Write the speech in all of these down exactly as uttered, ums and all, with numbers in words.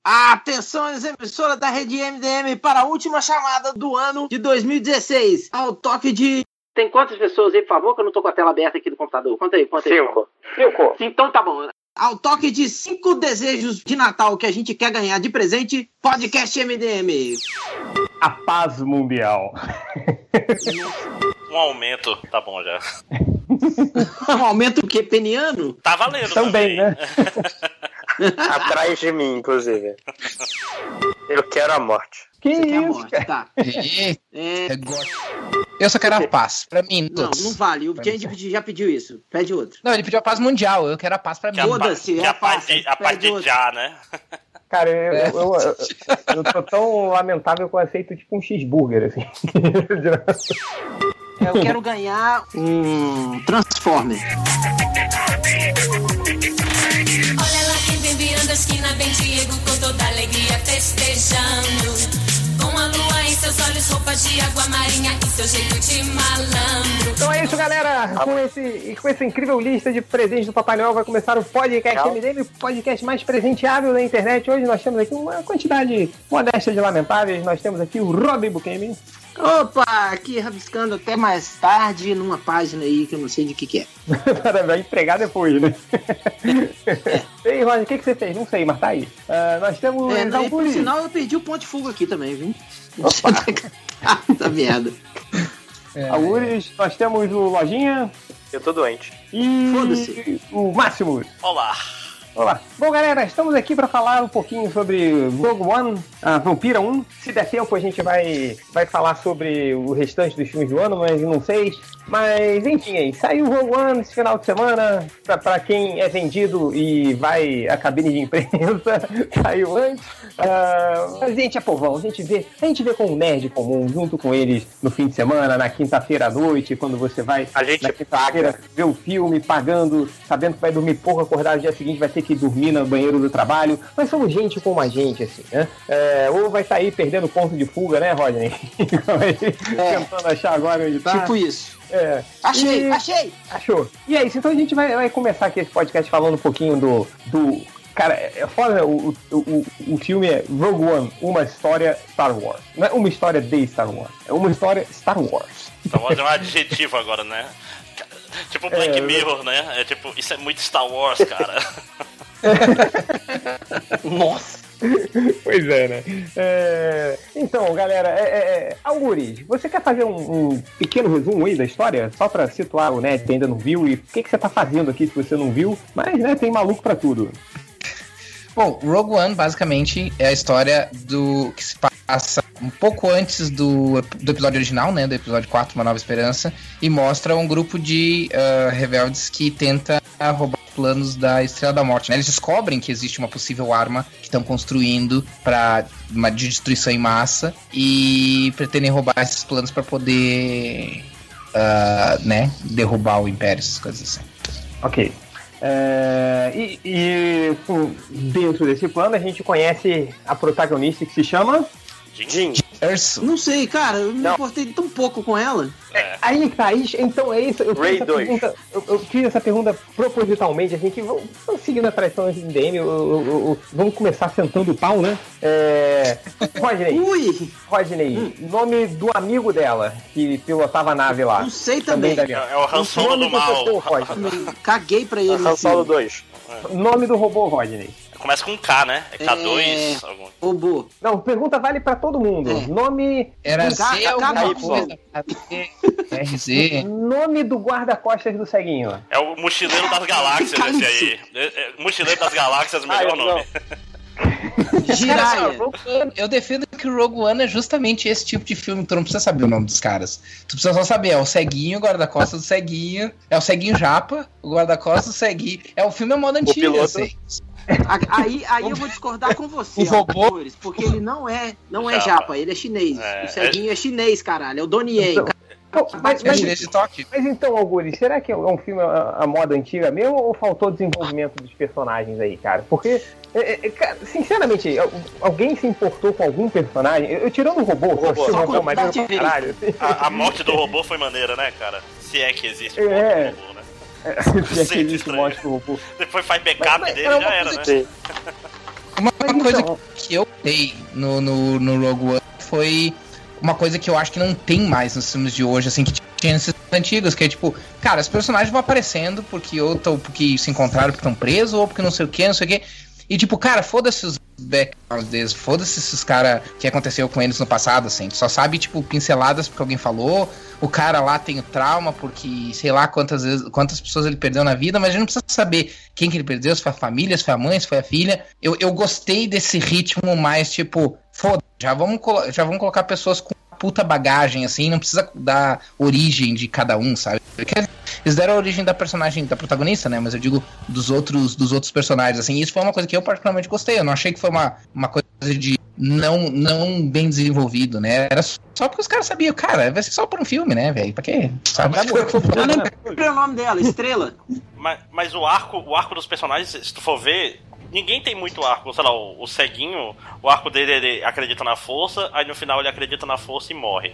Atenção, as emissoras da Rede M D M para a última chamada do ano de dois mil e dezesseis. Ao toque de... Tem quantas pessoas aí, por favor, que eu não tô com a tela aberta aqui do computador? Conta aí, conta aí. Cinco. Cinco. Então tá bom. Ao toque de cinco desejos de Natal que a gente quer ganhar de presente, podcast M D M. A paz mundial. Um aumento, tá bom já. Um aumento o quê? Peniano? Tá valendo também, também. né? Atrás de mim, inclusive. Eu quero a morte. Que Você quer a isso, morte, cara? tá. E... É... Eu gosto. Eu só quero a paz. Pra mim, Não, todos. não vale. O James já pediu isso. Pede outro. Não, ele pediu a paz mundial. Eu quero a paz pra mim. Que a, pa- Foda-se, que é a paz fácil. de, a paz Pede de outro. já, né? Cara, eu, eu, eu, eu, eu tô tão lamentável que eu aceito tipo um cheeseburger, assim. Eu quero ganhar um Transformer. Olha lá quem vem virando a esquina, bem Diego com toda alegria festejando. Com a lua em seus olhos, roupas de água marinha e seu jeito de malandro. Então é isso, galera. Com, esse, com essa incrível lista de presentes do Papai Noel vai começar o podcast Tchau. M D M, o podcast mais presenteável da internet. Hoje nós temos aqui uma quantidade modesta de lamentáveis. Nós temos aqui o Robin Bukemi. Opa, aqui rabiscando até mais tarde numa página aí que eu não sei de que que é. Vai entregar depois, né? Ei, Rony, o que, que você fez? Não sei, mas tá aí. Uh, nós temos... É, não, e por Algures. sinal eu perdi o ponto de fuga aqui também, viu? Tá merda. É, Algures, nós temos o Lojinha Eu tô doente. e Foda-se. o Máximo. Olá. Olá. Bom, galera, estamos aqui para falar um pouquinho sobre Rogue One, a Vampira um. Se der tempo, a gente vai, vai falar sobre o restante dos filmes do ano, mas não sei. Mas, enfim, aí, saiu Rogue One esse final de semana. Pra, pra quem é vendido e vai à cabine de imprensa, saiu antes. Uh, mas a gente é povão, a gente vê, a gente vê com um nerd comum, junto com eles no fim de semana, na quinta-feira à noite, quando você vai A gente na quinta-feira paga. ver o filme, pagando, sabendo que vai dormir pouco, acordar no dia seguinte, vai ter que dormir no banheiro do trabalho. Mas somos gente como a gente, assim, né? É, ou vai estar aí perdendo ponto de fuga, né, Rodney? É. Tentando achar agora onde tá. Tipo isso. É. Achei, E- achei! Achou. E é isso, então a gente vai, vai começar aqui esse podcast falando um pouquinho do... do cara, é é foda, o, o, o, o filme é Rogue One, uma história Star Wars. Não é uma história de Star Wars, é uma história Star Wars. Então vamos fazer um adjetivo agora, né? Tipo Black É, Mirror, né? É tipo, isso é muito Star Wars, cara. Nossa! Pois é, né? É, então, galera, é, é, é, Algures, você quer fazer um, um pequeno resumo aí da história? Só pra situar o Ned que ainda não viu e o que, que você tá fazendo aqui se você não viu? Mas, né, tem maluco pra tudo. Bom, Rogue One basicamente é a história do que se passa um pouco antes do, do episódio original, né, do episódio quatro, Uma Nova Esperança, e mostra um grupo de uh, rebeldes que tenta roubar os planos da Estrela da Morte, né? Eles descobrem que existe uma possível arma que estão construindo para uma de destruição em massa e pretendem roubar esses planos para poder, uh, né, derrubar o Império, essas coisas assim. Ok. É, e e com- dentro desse plano a gente conhece a protagonista que se chama... Jin. Erso. Não sei, cara, eu me Não. importei tão pouco com ela. É. Aí que tá, aí, então é isso. Eu fiz, Ray essa dois. pergunta, eu, eu fiz essa pergunta propositalmente, assim, que vamos, vamos seguindo a tradição do M D M, eu- eu- eu- vamos começar sentando o pau, né? É, Rodney, Ui! Rodney, nome do amigo dela, que pilotava a nave lá. Não sei também. Dali, ó. É o Han Solo Nome do mal. robô, Rodney. Caguei pra ele. Han esse Solo dois. Nome do robô, Rodney. Começa com K, né? É K dois. É. Algum... robô. Não, pergunta vale pra todo mundo. É. Nome, Era K- C K- alguma K- coisa. R Z. nome do guarda-costas do ceguinho. É o Mochileiro das Galáxias esse aí. É, é, Mochileiro das Galáxias, melhor Ah, eu nome. Jiraiya. Cara, Rogue One, eu defendo que o Rogue One é justamente esse tipo de filme que tu não precisa saber o nome dos caras. Tu precisa só saber, é o ceguinho, o guarda-costas do ceguinho, é o ceguinho japa, o guarda-costas do ceguinho. É o filme é moda antiga, eu piloto. sei. A- Aí, aí eu vou discordar com você, O robô- Alves, porque ele não é, não é Japa. japa, ele é chinês. É, o ceguinho é... chinês, caralho, é o Donnie Yen. Então, Pô, mas, É mas, chinês de toque. mas então, Algures, será que é um filme a, a moda antiga mesmo ou faltou desenvolvimento dos personagens aí, cara? Porque, é, é, cara, sinceramente, al- alguém se importou com algum personagem? Eu, eu tirando o robô, que eu robô. achei o Só robô com maneiro Darth pra caralho. assim. A, a morte do robô foi maneira, né, cara? Se é que existe a morte É. do robô, né? Se é que Sempre existe estranho. morte do robô. Depois faz backup Mas- dele mas é já uma era, coisa né? Sim. Uma, uma Mas coisa então- que eu dei no, no, no Rogue One foi uma coisa que eu acho que não tem mais nos filmes de hoje, assim, que tinha nesses antigos, que é tipo, cara, os personagens vão aparecendo porque ou tão, porque se encontraram porque estão presos, ou porque não sei o que, não sei o que. E tipo, cara, foda-se os backgrounds deles, foda-se esses caras que aconteceu com eles no passado, assim. Tu só sabe, tipo, pinceladas porque alguém falou. O cara lá tem o trauma porque, sei lá, quantas vezes, quantas pessoas ele perdeu na vida, mas a gente não precisa saber quem que ele perdeu, se foi a família, se foi a mãe, se foi a filha. Eu, eu gostei desse ritmo mais, tipo, foda-se, já vamos, colo- já vamos colocar pessoas com puta bagagem, assim, não precisa dar origem de cada um, sabe? Porque eles deram a origem da personagem, da protagonista, né? Mas eu digo dos outros, dos outros personagens, assim. Isso foi uma coisa que eu particularmente gostei. Eu não achei que foi uma, uma coisa de não, não bem desenvolvido, né? Era só porque os caras sabiam, cara, vai ser só por um filme, né, velho? Pra quê? Sabe? Eu nem lembrei o nome dela, Estrela. Mas, mas o arco, o arco dos personagens, se tu for ver, ninguém tem muito arco. Sei lá, o, o ceguinho, o arco dele, ele acredita na força, aí no final ele acredita na força e morre.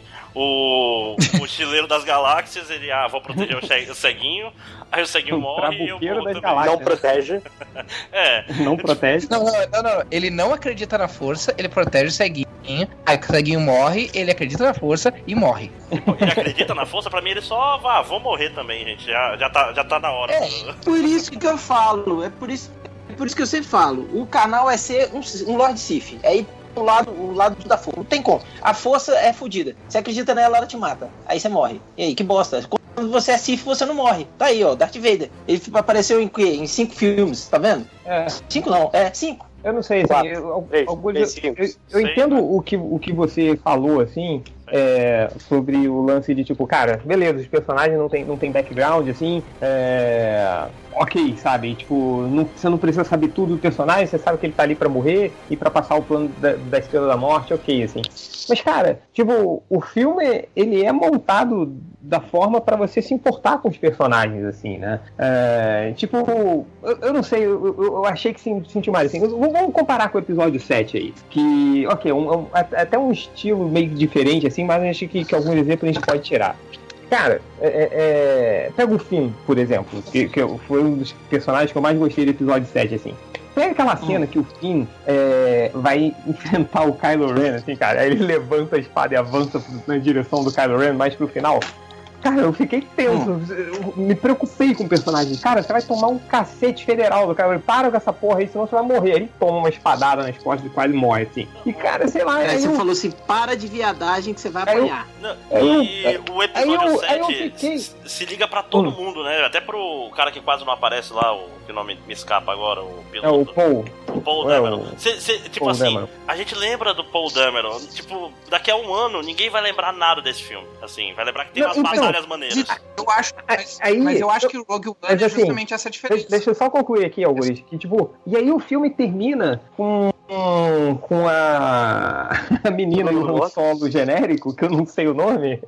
O mochileiro das galáxias, ele, ah, vou proteger o, che- o ceguinho, aí o ceguinho O morre e eu trabuqueiro morro das também. galáxias. Não protege. É, Não protege. Não, não, não, não, ele não acredita na força, ele protege o ceguinho, aí o ceguinho morre, ele acredita na força e morre. ele acredita na força, pra mim ele só, vá, vou morrer também, gente, já, já, tá, já tá na hora. É. Por isso que eu falo, é por isso, é por isso que eu sempre falo, o canal é ser um, um Lord Sith, é ir pro lado, o lado da força, não tem como. A força é fodida, você acredita nela, ela te mata, aí você morre. E aí, que bosta. Quando você é Sith, você não morre. Tá aí, ó, Darth Vader. Ele apareceu em quê? Em cinco filmes, tá vendo? É. Cinco não, é cinco. Eu não sei, assim, Quatro, eu, três, alguns- três, eu, cinco, eu- eu seis, entendo né? o que, o que você falou, assim, é, sobre o lance de, tipo, cara, beleza, os personagens não tem, não tem background, assim, é, ok, sabe, tipo, não, você não precisa saber tudo do personagem, você sabe que ele tá ali pra morrer e pra passar o plano da, da Estrela da Morte, ok, assim. Mas, cara, tipo, o filme, ele é montado da forma pra você se importar com os personagens, assim, né? É, tipo, eu, eu não sei, eu, eu- eu achei que sim- senti mais, assim. Vamos vamos comparar com o episódio sete aí. Que, ok, um, um- até um estilo meio diferente, assim, mas eu acho que, que alguns exemplos a gente pode tirar. Cara, é, é, é, pega o Finn, por exemplo, que, que foi um dos personagens que eu mais gostei do episódio sete, assim. Pega aquela cena que o Finn é, vai enfrentar o Kylo Ren, assim, cara, aí ele levanta a espada e avança na direção do Kylo Ren mais pro final. Cara, eu fiquei tenso, eu me preocupei com o personagem. Cara, você vai tomar um cacete federal do cara. Para com essa porra aí, senão você vai morrer. Ele toma uma espadada nas costas e quase morre, assim. E, cara, sei lá... Aí aí você eu- falou assim, para de viadagem que você vai Aí eu- apanhar. Não, Aí e eu- o aí episódio eu- aí eu sete fiquei- se, se liga pra todo Hum. mundo, né? Até pro cara que quase não aparece lá, o que o nome me escapa agora, o É o piloto. Paul. O Paul É, Dameron. o- Cê- cê- tipo Paul assim, Dameron. a gente lembra do Paul Dameron. Tipo, daqui a um ano ninguém vai lembrar nada desse filme. Assim, vai lembrar que tem Não, umas então, batalhas maneiras. Eu acho, mas, Aí- mas eu acho que o Rogue One mas é assim, justamente essa diferença. Deixa, deixa eu só concluir aqui, Augusto, que tipo, e aí o filme termina com, com a, a menina e o Han Solo genérico, que eu não sei o nome,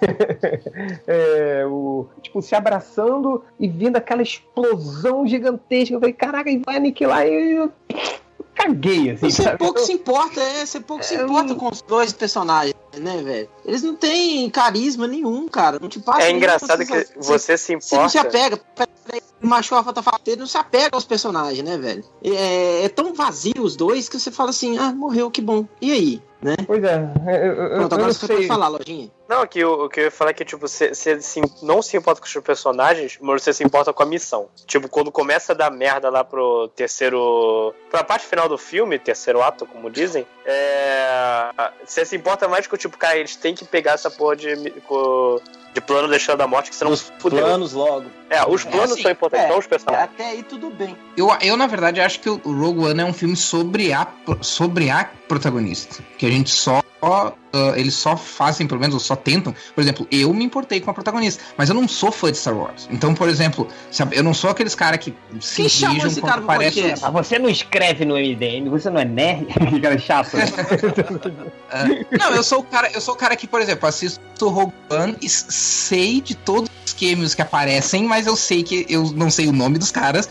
é, o, tipo, se abraçando e vendo aquela explosão gigantesca. Eu falei, caraca, ele vai aniquilar e eu caguei, assim, Você sabe? pouco Eu- se importa, é, você pouco se É, importa eu- com os dois personagens, né, velho? Eles não têm carisma nenhum, cara. Não te passa É nenhuma engraçado que sensação. você se Você não se importa. apega. Peraí, o Macho Alfa tá falando, ele não se apega aos personagens, né, velho? É, é tão vazio os dois que você fala assim, ah, morreu, que bom. E aí? Né? Pois é, eu, eu, eu, Pronto, eu agora não você pode sei. falar, Lojinha. Não, que o, o que eu ia falar é que, tipo, você, você se- não se importa com os personagens, mas você se importa com a missão. Tipo, quando começa a dar merda lá pro terceiro... Pra parte final do filme, terceiro ato, como dizem, é... Você se importa mais com, tipo, cara, eles têm que pegar essa porra de, com- de plano da Estrela da Morte, que senão Os fudeu. planos logo. É, os É, planos assim, são importantes, é, não os personagens. Até aí tudo bem. Eu, eu, na verdade, acho que o Rogue One é um filme sobre a, sobre a protagonista. Que a gente só... Uh, eles só fazem, pelo menos, ou só tentam. Por exemplo, eu me importei com a protagonista, mas eu não sou fã de Star Wars. Então, por exemplo, sabe, eu não sou aqueles caras que se Quem chamou dirigem esse quando cara pro parece... podcast? Ah, você não escreve no M D M, você não é nerd? Que cara chato, né? É. Não, eu sou o cara, eu sou o cara que, por exemplo, assisto o Rogue One e s- sei de todos os cameos que aparecem, mas eu sei que eu não sei o nome dos caras, não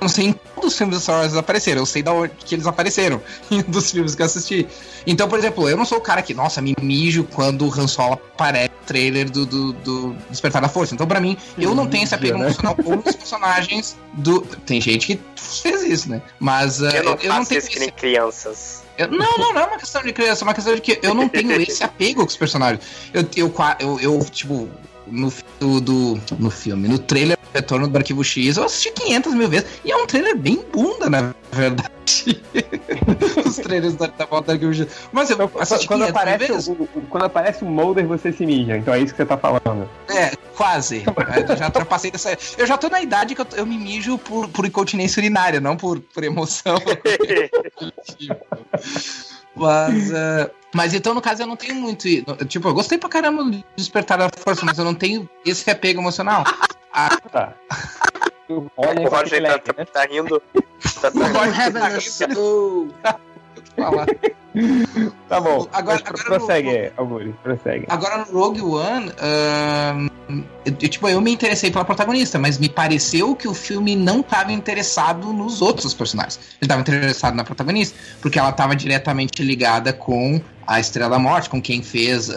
não sei em qual dos filmes do Star Wars eles apareceram. Eu sei da onde que eles apareceram em um dos filmes que eu assisti. Então, por exemplo, eu não sou o cara que, nossa, me mijo quando o Han Solo aparece no trailer do, do, do Despertar da Força. Então, pra mim, eu não tenho esse apego emocional com os personagens do... Tem gente que fez isso, né? Mas uh, eu não, eu não tenho isso que nem crianças. Eu, não, não, não é uma questão de criança, é uma questão de que eu não tenho esse apego com os personagens. Eu, eu, eu, eu tipo, no, do, do, no filme, no trailer Retorno do Arquivo X, eu assisti quinhentas mil vezes, e é um trailer bem bunda, na verdade. Os trailers da, da volta do Arquivo X. Mas eu assisti quando quinhentas mil aparece vezes. o, o, quando aparece o Mulder, você se mija, então é isso que você tá falando. É, quase. Eu já ultrapassei dessa. Eu já tô na idade que eu, eu me mijo por, por incontinência urinária, não por, por emoção. Mas, uh, mas então, no caso, eu não tenho muito. Tipo, eu gostei pra caramba de Despertar da Força, mas eu não tenho esse apego emocional. Ah, tá. Olha, o Roger tá, tá, tá rindo. Tá, tá rindo. Falar. Tá bom. Agora, agora prossegue, no... Augusto, prossegue. Agora no Rogue One, uh, eu, tipo, eu me interessei pela protagonista, mas me pareceu que o filme não estava interessado nos outros personagens. Ele estava interessado na protagonista, porque ela estava diretamente ligada com a Estrela da Morte, com quem fez uh,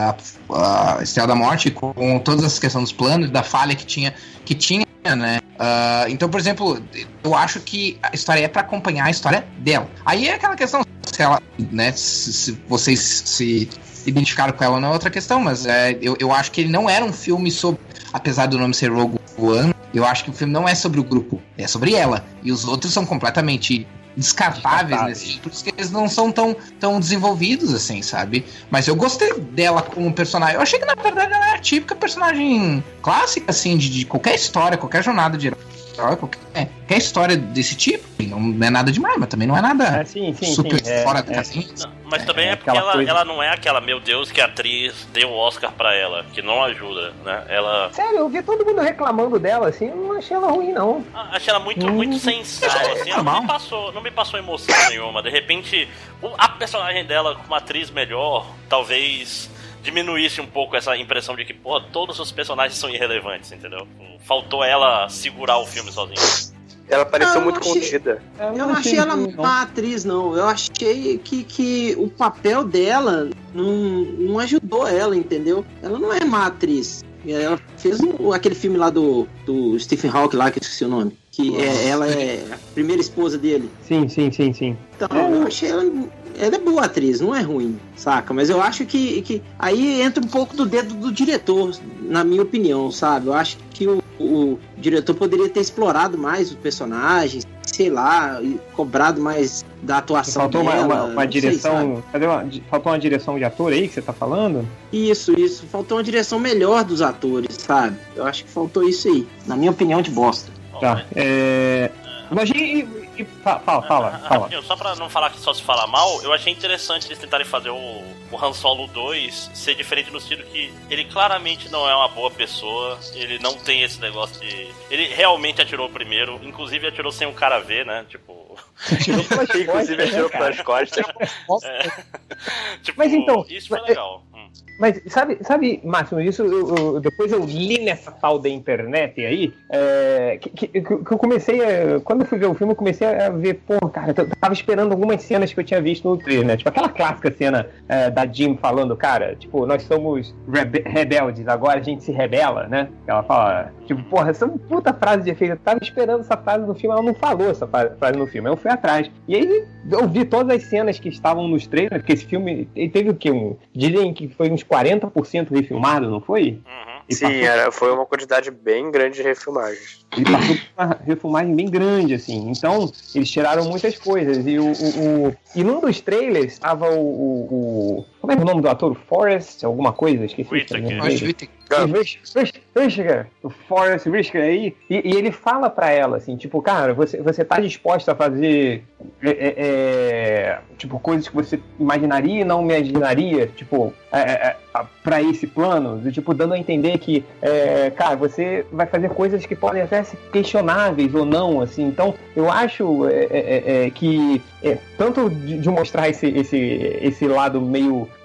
a, a Estrela da Morte, com todas as questões dos planos, da falha que tinha, que tinha, né? Uh, então, por exemplo, eu acho que a história é para acompanhar a história dela. Aí é aquela questão, se ela, né, se, se vocês se identificaram com ela não é outra questão, mas é, eu, eu acho que ele não era um filme sobre, apesar do nome ser Rogue One, eu acho que o filme não é sobre o grupo, é sobre ela. E os outros são completamente descartáveis nesse tipo, porque eles não são tão, tão desenvolvidos assim, sabe? Mas eu gostei dela como personagem. Eu achei que na verdade ela é a típica personagem clássica, assim, de, de qualquer história, qualquer jornada de herói, qualquer, qualquer história desse tipo. Não é nada demais, mas também não é nada é, sim, sim, super sim, fora é, do é, casinho. Mas também é, é porque ela, coisa... ela não é aquela, meu Deus, que a atriz deu o Oscar pra ela, que não ajuda, né? Ela... Sério, eu vi todo mundo reclamando dela, assim, eu não achei ela ruim, não. Ah, achei ela muito, hum. muito sensata, assim, ela não me, passou, não me passou emoção nenhuma. De repente, a personagem dela com uma atriz melhor, talvez diminuísse um pouco essa impressão de que, pô, todos os personagens são irrelevantes, entendeu? Faltou ela segurar o filme sozinha. Ela pareceu não, muito achei, contida. Eu não achei, achei ela má atriz, não. Eu achei que, que o papel dela não, não ajudou ela, entendeu? Ela não é má atriz. Ela fez um, aquele filme lá do, do Stephen Hawking lá, que eu esqueci o nome. Que é, ela é a primeira esposa dele. Sim, sim, sim, sim. Então, eu achei ela... Ela é boa atriz, não é ruim, saca? Mas eu acho que, que aí entra um pouco do dedo do diretor, na minha opinião, sabe? Eu acho que o, o diretor poderia ter explorado mais os personagens, sei lá, e cobrado mais da atuação faltou dela. Faltou uma, uma, uma direção... Sei, cadê uma, faltou uma direção de ator aí que você tá falando? Isso, isso. Faltou uma direção melhor dos atores, sabe? Eu acho que faltou isso aí, na minha opinião de bosta. Tá, é... Mas e, e, fala, fala, fala, fala. Só pra não falar que só se fala mal, eu achei interessante eles tentarem fazer o, o Han Solo dois ser diferente no sentido que ele claramente não é uma boa pessoa, ele não tem esse negócio de... Ele realmente atirou primeiro, inclusive atirou sem o cara ver, né? Tipo... inclusive atirou pelas costas. É. Tipo, mas então... isso foi legal. Hum. Mas sabe, sabe, Máximo, isso eu, eu, depois eu li nessa tal da internet aí, é, que, que, que eu comecei a, quando eu fui ver o filme, eu comecei a ver, pô, cara, eu tava esperando algumas cenas que eu tinha visto no trailer, né? Tipo, aquela clássica cena é, da Jim falando, cara, tipo, nós somos rebe- rebeldes, agora a gente se rebela, né? Ela fala, tipo, porra, essa é uma puta frase de efeito, eu tava esperando essa frase no filme, ela não falou essa frase no filme, eu fui atrás. E aí eu vi todas as cenas que estavam nos trailers, porque esse filme, ele teve o quê? Um, dizem que foi uns quarenta por cento refilmado, não foi? Uhum. E sim, passou... era, foi uma quantidade bem grande de refilmagens. Ele passou por uma refilmagem bem grande, assim. Então, eles tiraram muitas coisas. E, o, o, o... e num dos trailers estava o, o, o... Como é o nome do ator? Forrest? Alguma coisa? Esqueci. Whitaker. O Forrest Whitaker aí. E, e ele fala pra ela, assim, tipo, cara, você, você tá disposta a fazer é, é, é, tipo, coisas que você imaginaria e não imaginaria, tipo, é, é, pra esse plano? Tipo, dando a entender que, é, cara, você vai fazer coisas que podem até ser questionáveis ou não, assim. Então, eu acho é, é, é, que é, tanto de, de mostrar esse, esse, esse lado meio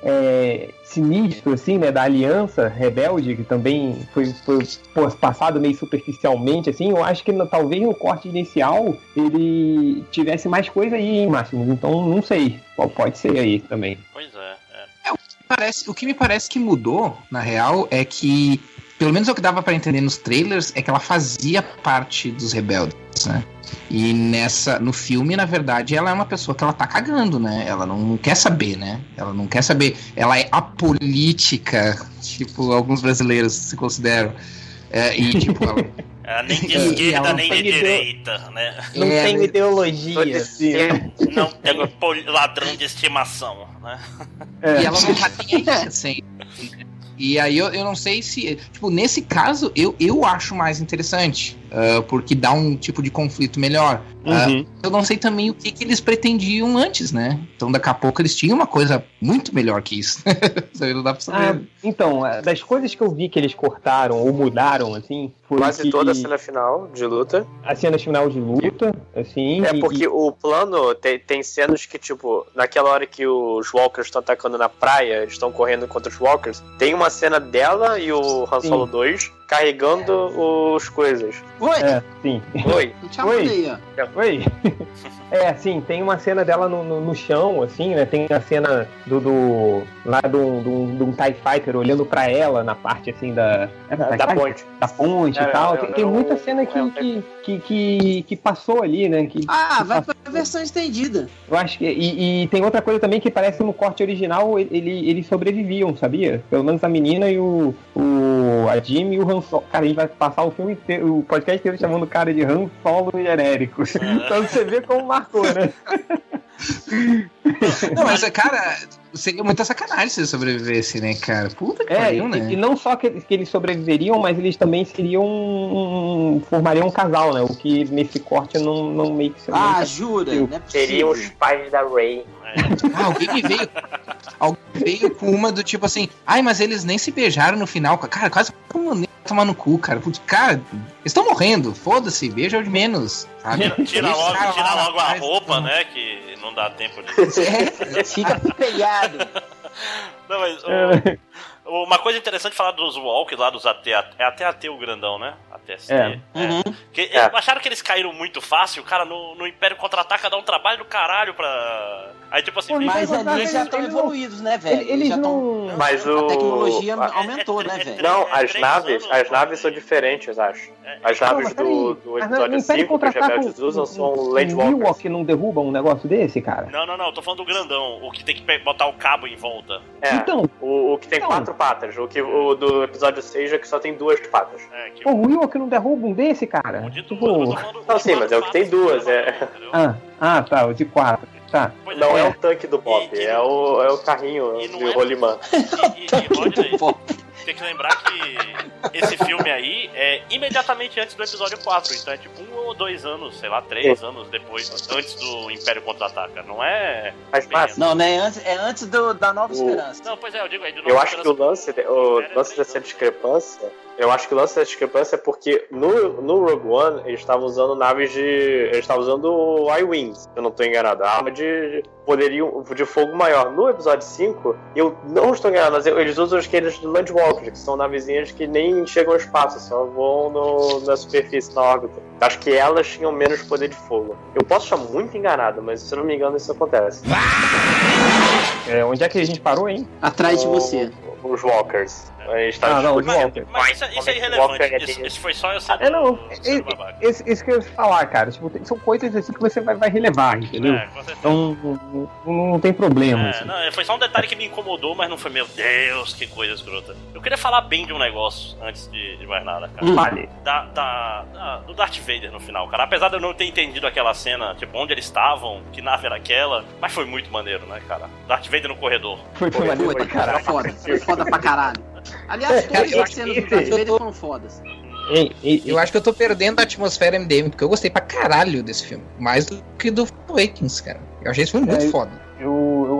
é, sinistro, assim, né, da Aliança Rebelde, que também foi, foi pô, passado meio superficialmente, assim, eu acho que no, talvez no corte inicial ele tivesse mais coisa aí, hein, Máximo? Então, não sei. Pode ser aí também. Pois é. é. é o, que parece, o que me parece que mudou, na real, é que, pelo menos é o que dava pra entender nos trailers, é que ela fazia parte dos rebeldes, né? E nessa, no filme, na verdade, ela é uma pessoa que ela tá cagando, né? Ela não quer saber, né? Ela não quer saber. Ela é apolítica, tipo, alguns brasileiros se consideram. É, e, tipo, ela... ela nem de esquerda, nem de direita, né? Não é, tem ideologia, assim. Não tem pol- ladrão de estimação, né? É. E ela não tá nem aí, assim. E aí eu, eu não sei se... Tipo, nesse caso, eu, eu acho mais interessante. Uh, porque dá um tipo de conflito melhor. Uhum. Uh, eu não sei também o que, que eles pretendiam antes, né? Então, daqui a pouco, eles tinham uma coisa muito melhor que isso. Não dá pra saber. Ah, então, das coisas que eu vi que eles cortaram ou mudaram, assim... Foi quase que... toda a cena final de luta. A cena final de luta, assim... É e, porque e... o plano tem, tem cenas que, tipo, naquela hora que os Walkers estão atacando na praia, eles estão correndo contra os Walkers, tem uma cena dela e o Han Solo dois carregando os coisas. Oi! É, sim. Oi. Não te amei, ó. Oi. É, sim, tem uma cena dela no, no, no chão, assim, né? Tem a cena do, do lá do, do, do um TIE Fighter olhando pra ela na parte, assim, da... É, Da, da ponte. Da ponte É, e tal. é, tem é, tem é, muita é, cena que, é, que, que, que, que passou ali, né? Que, Ah, que vai passou. pra versão estendida. Eu acho que... E, e tem outra coisa também que parece que no corte original ele, eles sobreviviam, sabia? Pelo menos a menina e o... o a Jimmy e o Han Solo. Cara, a gente vai passar o filme inteiro, o podcast inteiro chamando o cara de Han Solo genérico. Então você vê como marcou, né? Não, mas, cara, seria muita sacanagem se eles sobrevivessem, né, cara? Puta que É, pariu, e, né? e não só que, que eles sobreviveriam, mas eles também seriam um, formariam um casal, né? O que nesse corte não, não meio que se Ah, jura? Não é possível. Seriam os pais da Rey. Ah, alguém me veio. Alguém veio com uma do tipo assim, ai, mas eles nem se beijaram no final. Cara, quase como nem tomar no cu, cara. Putz, cara, eles estão morrendo, foda-se, beija de menos. Sabe? Tira, tira Deixa os logo, caras tira lá logo a atrás, roupa, então. né? Que não dá tempo de. É. Fica pegado. Não, mas É. o, uma coisa interessante falar dos Walkers lá, dos A T, é até A T o grandão, né? A T S T. É. Uhum. Que, É. acharam que eles caíram muito fácil, cara, no, no Império Contra-Ataca dá um trabalho do caralho pra... Aí tipo assim... Pô, Mas Mas ali eles- já estão eles evoluídos, né, velho? Eles já tão- não... Mas A o... tecnologia a- aumentou, é- né, é- velho? Não, É as três naves, anos, as naves né? são diferentes, acho. É, As Não, naves mas do, peraí, do mas no episódio Império cinco que os Contra-Ataca, rebeldes usam são o Land Walkers. Ewok não derruba um negócio desse, cara? Não, não, não, eu tô falando do grandão, o que tem que pe- botar o cabo em volta. É, Então, o, o que tem Então. quatro patas. O, que, o do episódio seis é que só tem duas patas. É, que pô, o Ewok não derruba um desse, cara? o de Tipo, duas, eu tô falando Não, os sim, mas é o que tem quatro duas, patas, é. entendeu? Ah, ah, tá, o de quatro. Tá. Pois Não é É. o tanque do Bob, E- e- é, o, é o carrinho e não de é- rolimã. E, e, e Rodney, tem que lembrar que esse filme aí é imediatamente antes do episódio quatro, então é tipo um ou dois anos, sei lá, três anos depois, antes do Império Contra-Ataca, não é... Mas, bem mas Não, né? Antes, é antes do, da Nova O- Esperança. Não, pois é, eu digo aí, do eu Nova acho que o Esperança- lance, de- o Império é lance três dessa anos. discrepância, eu acho que o lance dessa discrepância é porque no, no Rogue One eles estavam usando naves de. Eles estavam usando I-Wings, se eu não estou enganado, a arma de poderio de fogo maior. No episódio cinco, eu não estou enganado, mas eles usam aqueles de Landwalkers, que são navezinhas que nem chegam ao espaço, só voam no, na superfície, na órbita. Acho que elas tinham menos poder de fogo. Eu posso estar muito enganado, mas se eu não me engano isso acontece. É, onde é que a gente parou, hein? Atrás de O- você. Os Walkers. A gente tá Ah, não, os discutindo- Walkers. Mas isso, isso é irrelevante, isso, isso foi só eu sendo É, não, sendo babaca. esse, esse que eu ia falar, cara. Tipo, tem- são coisas assim que você vai, vai relevar, entendeu? É, com certeza. Então, não, não- não tem problema. É, assim. não, foi só um detalhe que me incomodou, mas não foi, meu Deus, que coisa escrota. Eu queria falar bem de um negócio antes de, de mais nada, cara. Hum. Vale. Da, da, da- do Darth Vader no final, cara. Apesar de eu não ter entendido aquela cena, tipo, onde eles estavam, que nave era aquela, mas foi muito maneiro, né, cara? Darth Vader no corredor. Foi, foi maneiro Foi, pra foi caralho. foda. Foi foda pra caralho. Aliás, Cara, todas eu as acho cenas que do Darth esse- Vader foram fodas. Ei, ei, Eu acho que eu tô perdendo a atmosfera M D M, porque eu gostei pra caralho desse filme. Mais do que do Awakens, cara. Eu achei esse filme muito É, foda. eu, eu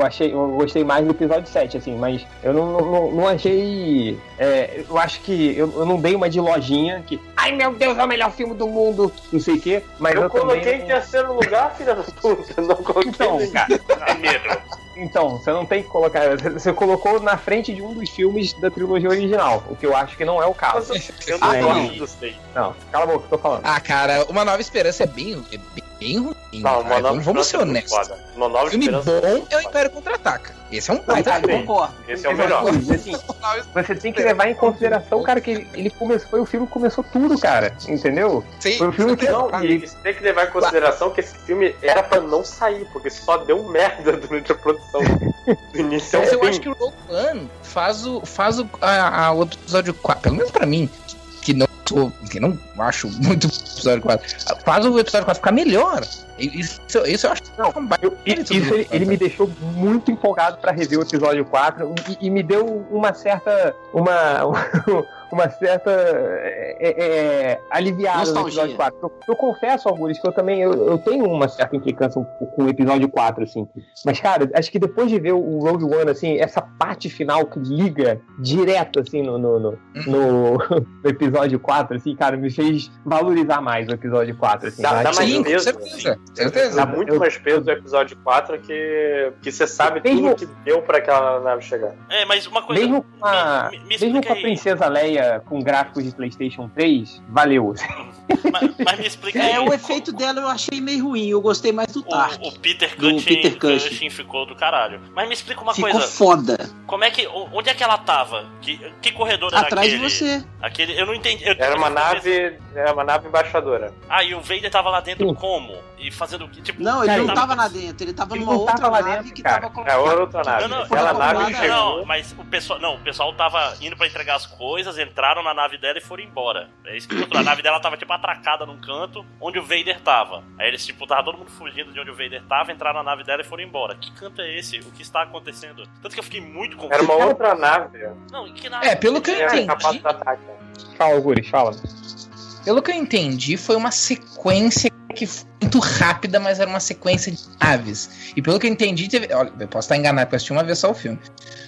eu achei, eu gostei mais do episódio sete, assim, mas eu não, não, não achei. É, eu acho que eu, eu não dei uma de lojinha que. Ai meu Deus, é o melhor filme do mundo, não sei o quê. Mas eu, eu coloquei também... em terceiro lugar, filha da puta. Não coloquei. Então, cara. Primeiro. Então, você não tem que colocar. Você colocou na frente de um dos filmes da trilogia original, o que eu acho que não é o caso. Eu não Aí- gosto dos três. Não, cala a boca, tô falando. Ah, cara, Uma Nova Esperança é bem, é bem ruim. Não, uma cara. nova vamos, vamos ser Esperança é muito honestos. foda. Uma nova Filme esperança. bom muito é o foda. Império Contra-Ataca. Esse é um Não, baita cara, filme. concordo. Esse é o melhor. Mas, assim, você tem que levar em consideração, cara, que ele, ele começou, foi o filme que começou tudo, cara. Entendeu? Sim, Foi o filme que Não, não. e você tem que levar em consideração que esse filme era pra não sair, porque só deu merda durante a produção. Do início ao Mas eu fim. acho que o Rogue One faz o, faz o, a, a- o episódio quatro, pelo menos pra mim, que não sou, que não acho muito o episódio quatro, faz o episódio quatro ficar melhor. Isso, isso eu acho que Não, é um baita Eu- i- mérito isso do ele, ele me deixou muito empolgado pra rever o episódio quatro e, e me deu uma certa uma uma certa é, é, é, aliviada no Nostalgia. episódio quatro. Eu, eu confesso, Augusto, que eu também eu, eu tenho uma certa implicância com o episódio quatro, assim. Mas, cara, acho que depois de ver o Rogue One, assim, essa parte final que liga direto, assim, no, no, no, no- no episódio quatro, assim, cara, me fez valorizar mais o episódio quatro, assim. Dá- Eu dá acho mais que- Sim, com peso, certeza. assim. certeza. Dá muito Eu- mais peso do episódio quatro que, que você sabe Mesmo- tudo que deu pra aquela nave chegar. É, mas uma coisa. Mesmo com a, me, me, me mesmo explica com a aí. Princesa Leia com gráficos de PlayStation três, valeu. Mas, mas me explica É, aí. o efeito dela eu achei meio ruim. Eu gostei mais do Tark. O, o Peter Do Cushing, Peter Cushing. Cushing ficou do caralho. Mas me explica uma Ficou coisa. foda. Como é que. Onde é que ela tava? Que, que corredor era Atrás aquele? de você. Aquele. Eu não entendi. Eu, Era uma eu- nave. Era uma nave embaixadora. Ah, e o Vader tava lá dentro Sim. como? E fazendo o quê? Tipo, Não, ele Cara, não ele tava lá dentro. Ele tava Ele numa não outra tava lá nave dentro, que cara. tava com... É outra nave. Não, não, Aquela foi nave calculada, chegou. Não, mas o pessoal, não, o pessoal tava indo pra entregar as coisas, entraram na nave dela e foram embora. É isso que eu tô falando. A nave dela tava tipo atracada num canto onde o Vader tava. Aí eles tipo tava todo mundo fugindo de onde o Vader tava, entraram na nave dela e foram embora. Que canto é esse? O que está acontecendo? Tanto que eu fiquei muito confuso. Era uma outra nave. Não, e que nave? É, pelo que eu Tinha entendi, capaz de ataque. Fala, Guri, fala. pelo que eu entendi, foi uma sequência que foi muito rápida, mas era uma sequência de naves. E pelo que eu entendi, teve... Olha, eu posso estar enganado, porque eu assisti uma vez só o filme.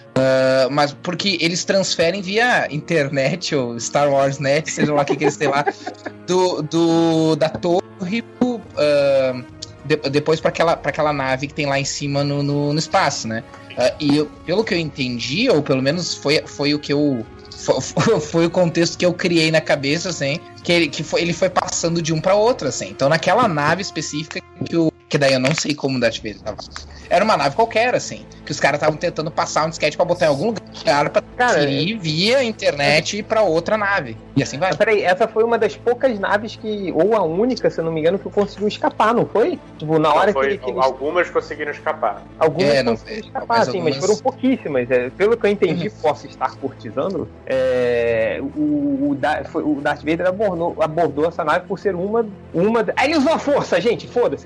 Uh, mas porque eles transferem via internet ou Star Wars Net, seja lá o que, que eles têm lá, do, do, da torre pro, uh, de, depois para aquela, pra aquela nave que tem lá em cima no, no, no espaço, né? Uh, e eu, pelo que eu entendi, ou pelo menos foi, foi o que eu. Foi, foi o contexto que eu criei na cabeça, assim, que ele, que foi, ele foi passando de um pra outro, assim. Então, naquela nave específica que o. Que daí eu não sei como o Darth Vader tava. Era uma nave qualquer, assim. Que os caras estavam tentando passar um disquete pra botar em algum lugar pra Cara, transferir via internet pra outra nave. E assim vai. Mas peraí, essa foi uma das poucas naves que, ou a única, se eu não me engano, que conseguiu escapar, não foi? Tipo, na hora Não, foi, que, que eles... algumas conseguiram escapar. Algumas É, não, conseguiram é, escapar, mas assim, algumas- mas foram pouquíssimas. É, pelo que eu entendi, posso estar curtizando, é, o, o, Da- foi- o Darth Vader abordou, abordou essa nave por ser uma... uma aí ele usou a força, gente, foda-se.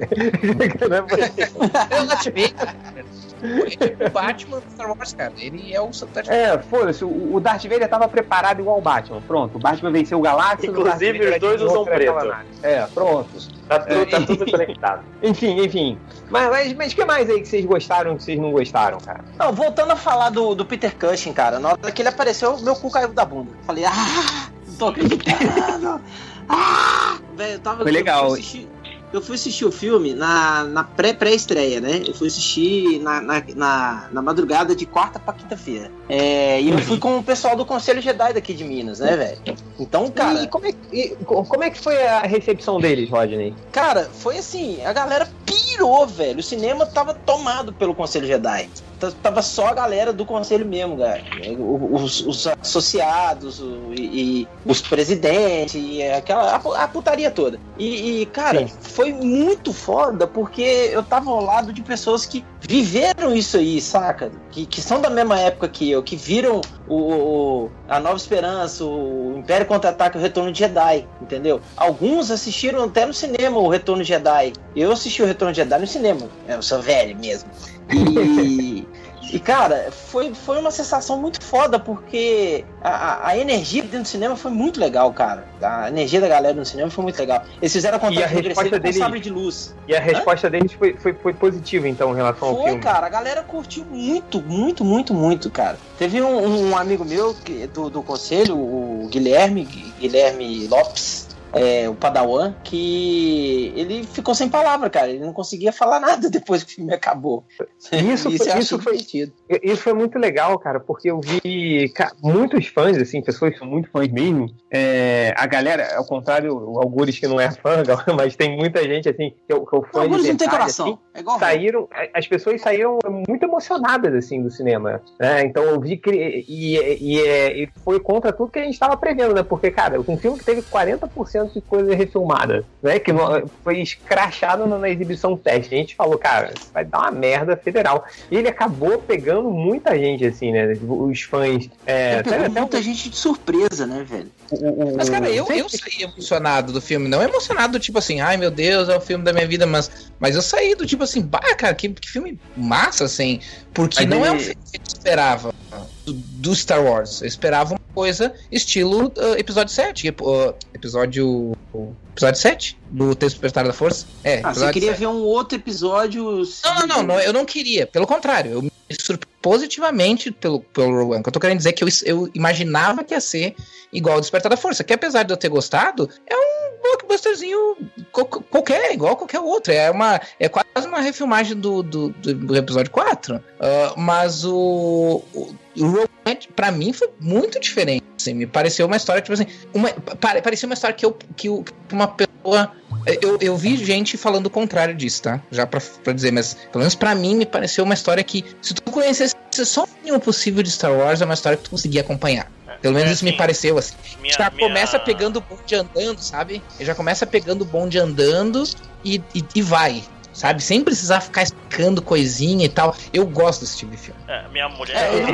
É o Darth Vader, cara. É tipo o Batman do Star Wars, cara. Ele é o Darth Vader. É, foda-se, o, o Darth Vader tava preparado igual o Batman, pronto. O Batman venceu o Galáxia. Inclusive, o Darth Vader os dois ganhou usam pra aquela preto. nave. É, pronto. Tá tudo, É, tá tudo conectado. Enfim, enfim. Mas, mas, mas que mais aí que vocês gostaram e que vocês não gostaram, cara? Não, voltando a falar do, do Peter Cushing, cara, na hora que ele apareceu, meu cu caiu da bunda. Falei, ah, não tô acreditando. Ah! Velho, eu tava... Foi legal. Eu fui assistir, eu fui assistir o filme na, na pré, pré-estreia, né? Eu fui assistir na, na, na, na madrugada de quarta pra quinta-feira. É, e eu fui com o pessoal do Conselho Jedi daqui de Minas, né, velho? Então, cara... E como é, e como é que foi a recepção deles, Rodney? Cara, foi assim, a galera pirou, velho. O cinema tava tomado pelo Conselho Jedi. T- Tava só a galera do conselho mesmo, cara. Os, os associados o- e, e os presidentes, e aquela a, pu- a putaria toda. E, e, cara, Sim. foi muito foda porque eu tava ao lado de pessoas que viveram isso aí, saca? Que, que são da mesma época que eu, que viram o, o- a Nova Esperança, o Império Contra-Ataca, o Retorno de Jedi, entendeu? Alguns assistiram até no cinema o Retorno de Jedi. Eu assisti o Retorno de Jedi no cinema. Eu sou velho mesmo. E, E, cara, foi, foi uma sensação muito foda, porque a, a energia dentro do cinema foi muito legal, cara. A energia da galera no cinema foi muito legal. Eles fizeram a contagem regressiva com sabre de luz. E a resposta Hã? deles foi, foi, foi positiva, então, em relação foi, ao filme. Foi, cara. A galera curtiu muito, muito, muito, muito, cara. Teve um, um amigo meu que, do, do conselho, o Guilherme, Guilherme Lopes, É, o Padawan, que ele ficou sem palavra, cara. Ele não conseguia falar nada depois que o filme acabou. Isso, isso, foi, isso, foi, isso foi muito legal, cara, porque eu vi cara, muitos fãs, assim, pessoas que são muito fãs mesmo. É, a galera, ao contrário, o Algures que não é fã, mas tem muita gente, assim, que é o fã Algures de verdade, não tem coração. Assim, é igual saíram, as pessoas saíram muito emocionadas, assim, do cinema. Né? Então eu vi que e, e, e, e foi contra tudo que a gente estava prevendo, né? Porque, cara, um filme que teve quarenta por cento de coisa refilmada, né? Que foi escrachado na, na exibição teste. A gente falou, cara, vai dar uma merda federal. E ele acabou pegando muita gente, assim, né? Os fãs. É, pegou até muita um... gente de surpresa, né, velho? O, o, mas, cara, eu, eu saí emocionado do filme. Não emocionado, tipo assim, ai meu Deus, é o filme da minha vida, mas, mas eu saí do tipo assim, bah, cara, que, que filme massa, assim. Porque mas não ele... é um filme que eu esperava do, do Star Wars. Eu esperava uma coisa estilo uh, episódio sete. Uh, episódio. Episódio sete? Do Texto Despertar da Força? É. Ah, você queria sete. Ver um outro episódio. Não, não, não, não, eu não queria. Pelo contrário, eu me surpreendi positivamente pelo, pelo Rogue One. O que eu tô querendo dizer é que eu, eu imaginava que ia ser igual ao Despertar da Força. Que apesar de eu ter gostado, é um blockbusterzinho qualquer, igual qualquer outro. É, uma, é quase uma refilmagem do, do, do, do episódio quatro. Uh, mas o, o, o Rogue One, pra mim, foi muito diferente. Assim, me pareceu uma história, tipo assim, uma, parecia uma história que, eu, que, que uma pessoa... Eu, eu vi gente falando o contrário disso, tá? Já pra, pra dizer, mas pelo menos pra mim me pareceu uma história que, se tu conhecesse só o mínimo possível de Star Wars, é uma história que tu conseguia acompanhar. Pelo menos é, isso assim, me pareceu assim. Minha, já minha... começa pegando o bonde andando, sabe? Já começa pegando o bonde andando e, e, e vai. Sabe? Sem precisar ficar explicando coisinha e tal. Eu gosto desse tipo de filme. É, minha mulher...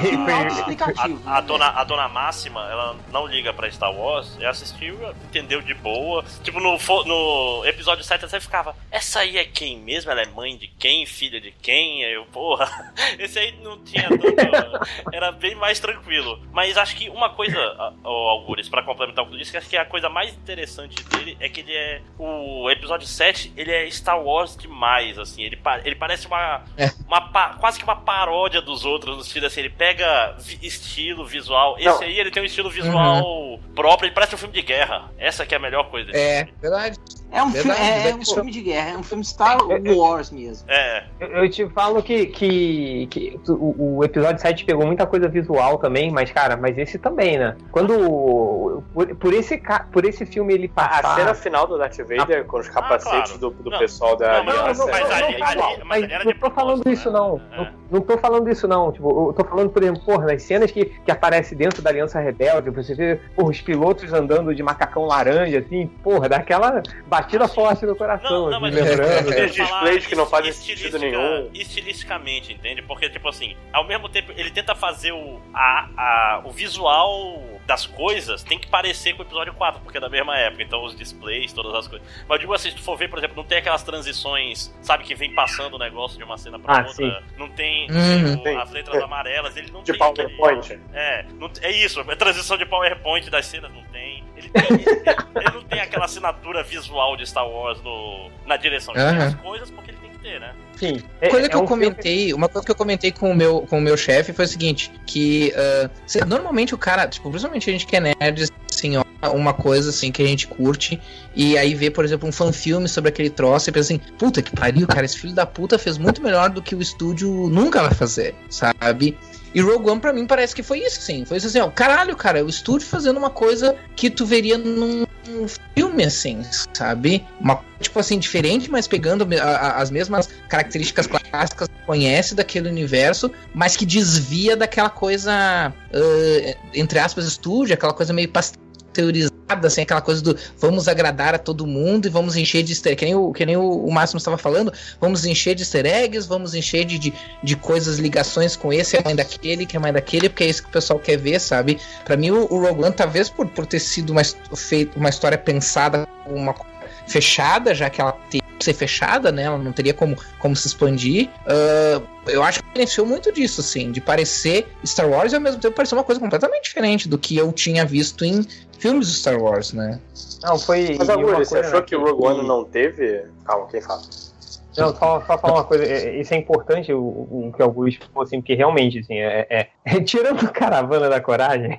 É, a, a, a, dona, a dona Máxima, ela não liga pra Star Wars. Ela assistiu, entendeu de boa. Tipo, no, no episódio sete, você ficava... Essa aí é quem mesmo? Ela é mãe de quem? Filha de quem? Aí eu, porra... Esse aí não tinha tanto... Era bem mais tranquilo. Mas acho que uma coisa, Algures, pra complementar o que eu disse, que acho que a coisa mais interessante dele é que ele é... O episódio sete, ele é Star Wars demais. Assim, ele, ele parece uma, é. uma quase que uma paródia dos outros, no estilo assim, ele pega vi, estilo visual. Esse Não. aí ele tem um estilo visual uhum. próprio, ele parece um filme de guerra. Essa que é a melhor coisa desse É, filme. verdade. É um, verdade, filme, é, é um filme de guerra, é um filme Star Wars mesmo. É. Eu, eu te falo que, que, que o, o episódio sete pegou muita coisa visual também, mas, cara, mas esse também, né? Quando. Por, por, esse, por esse filme ele passar... A cena final do Darth Vader ah, com os capacetes ah, claro. do, do não, pessoal da não, Aliança. Não, não, mas não, ali, não, ali, mas, mas não, não tô falando isso, não. Né? não. Não tô falando isso, não. Tipo, eu tô falando, por exemplo, porra, nas cenas que, que aparece dentro da Aliança Rebelde, você vê, porra, os pilotos andando de macacão laranja, assim, porra, dá aquela batida assim, forte no coração. Não, não, mas lembrando. Tem displays que não fazem sentido nenhum. Estilisticamente, entende? Porque, tipo assim, ao mesmo tempo, ele tenta fazer o, a, a, o visual das coisas tem que parecer com o episódio quatro, porque é da mesma época, então os displays, todas as coisas. Mas digo assim, se tu for ver, por exemplo, não tem aquelas transições, sabe, que vem passando o negócio de uma cena pra ah, outra. Sim. Não tem, uhum. tem o, as letras amarelas, ele não de tem. De PowerPoint. Aquele, é, não, é isso, a transição de PowerPoint das cenas não tem. Ele, tem, ele, ele não tem aquela assinatura visual de Star Wars no, na direção. Ele uhum. tem as coisas porque ele tem que ter, né? Sim. É, coisa que é eu um comentei, filme... uma coisa que eu comentei com o meu, com o meu chefe foi o seguinte, que uh, cê, normalmente o cara, tipo, principalmente a gente que é nerd, assim, ó, uma coisa assim que a gente curte, e aí vê, por exemplo, um fanfilme sobre aquele troço e pensa assim, puta que pariu, cara, esse filho da puta fez muito melhor do que o estúdio nunca vai fazer, sabe? E Rogue One pra mim parece que foi isso, assim. Foi isso assim, ó, caralho, cara, o estúdio fazendo uma coisa que tu veria num filme, assim, sabe? Uma, tipo assim, diferente, mas pegando a, a, as mesmas características clássicas que conhece daquele universo, mas que desvia daquela coisa, uh, entre aspas, estúdio, aquela coisa meio pasteurizada, assim, aquela coisa do vamos agradar a todo mundo e vamos encher de easter eggs, que nem o, que nem o, o Máximo estava falando, vamos encher de easter eggs, vamos encher de, de, de coisas, ligações com esse, é mãe daquele, que é mãe daquele, porque é isso que o pessoal quer ver, sabe? Pra mim o, o Rogue One, talvez por, por ter sido uma, feito, uma história pensada, uma fechada, já que ela teve ser fechada, né? Ela não teria como, como se expandir. Uh, eu acho que beneficiou muito disso, assim, de parecer Star Wars e ao mesmo tempo parecer uma coisa completamente diferente do que eu tinha visto em filmes de Star Wars, né? Não, foi... Mas, Agulha, você achou que o Rogue One e... não teve... Calma, quem fala? Não, só, só falar uma coisa, isso é importante o, o que o Augusto falou, assim, porque realmente, assim, é, é, é tirando Caravana da Coragem,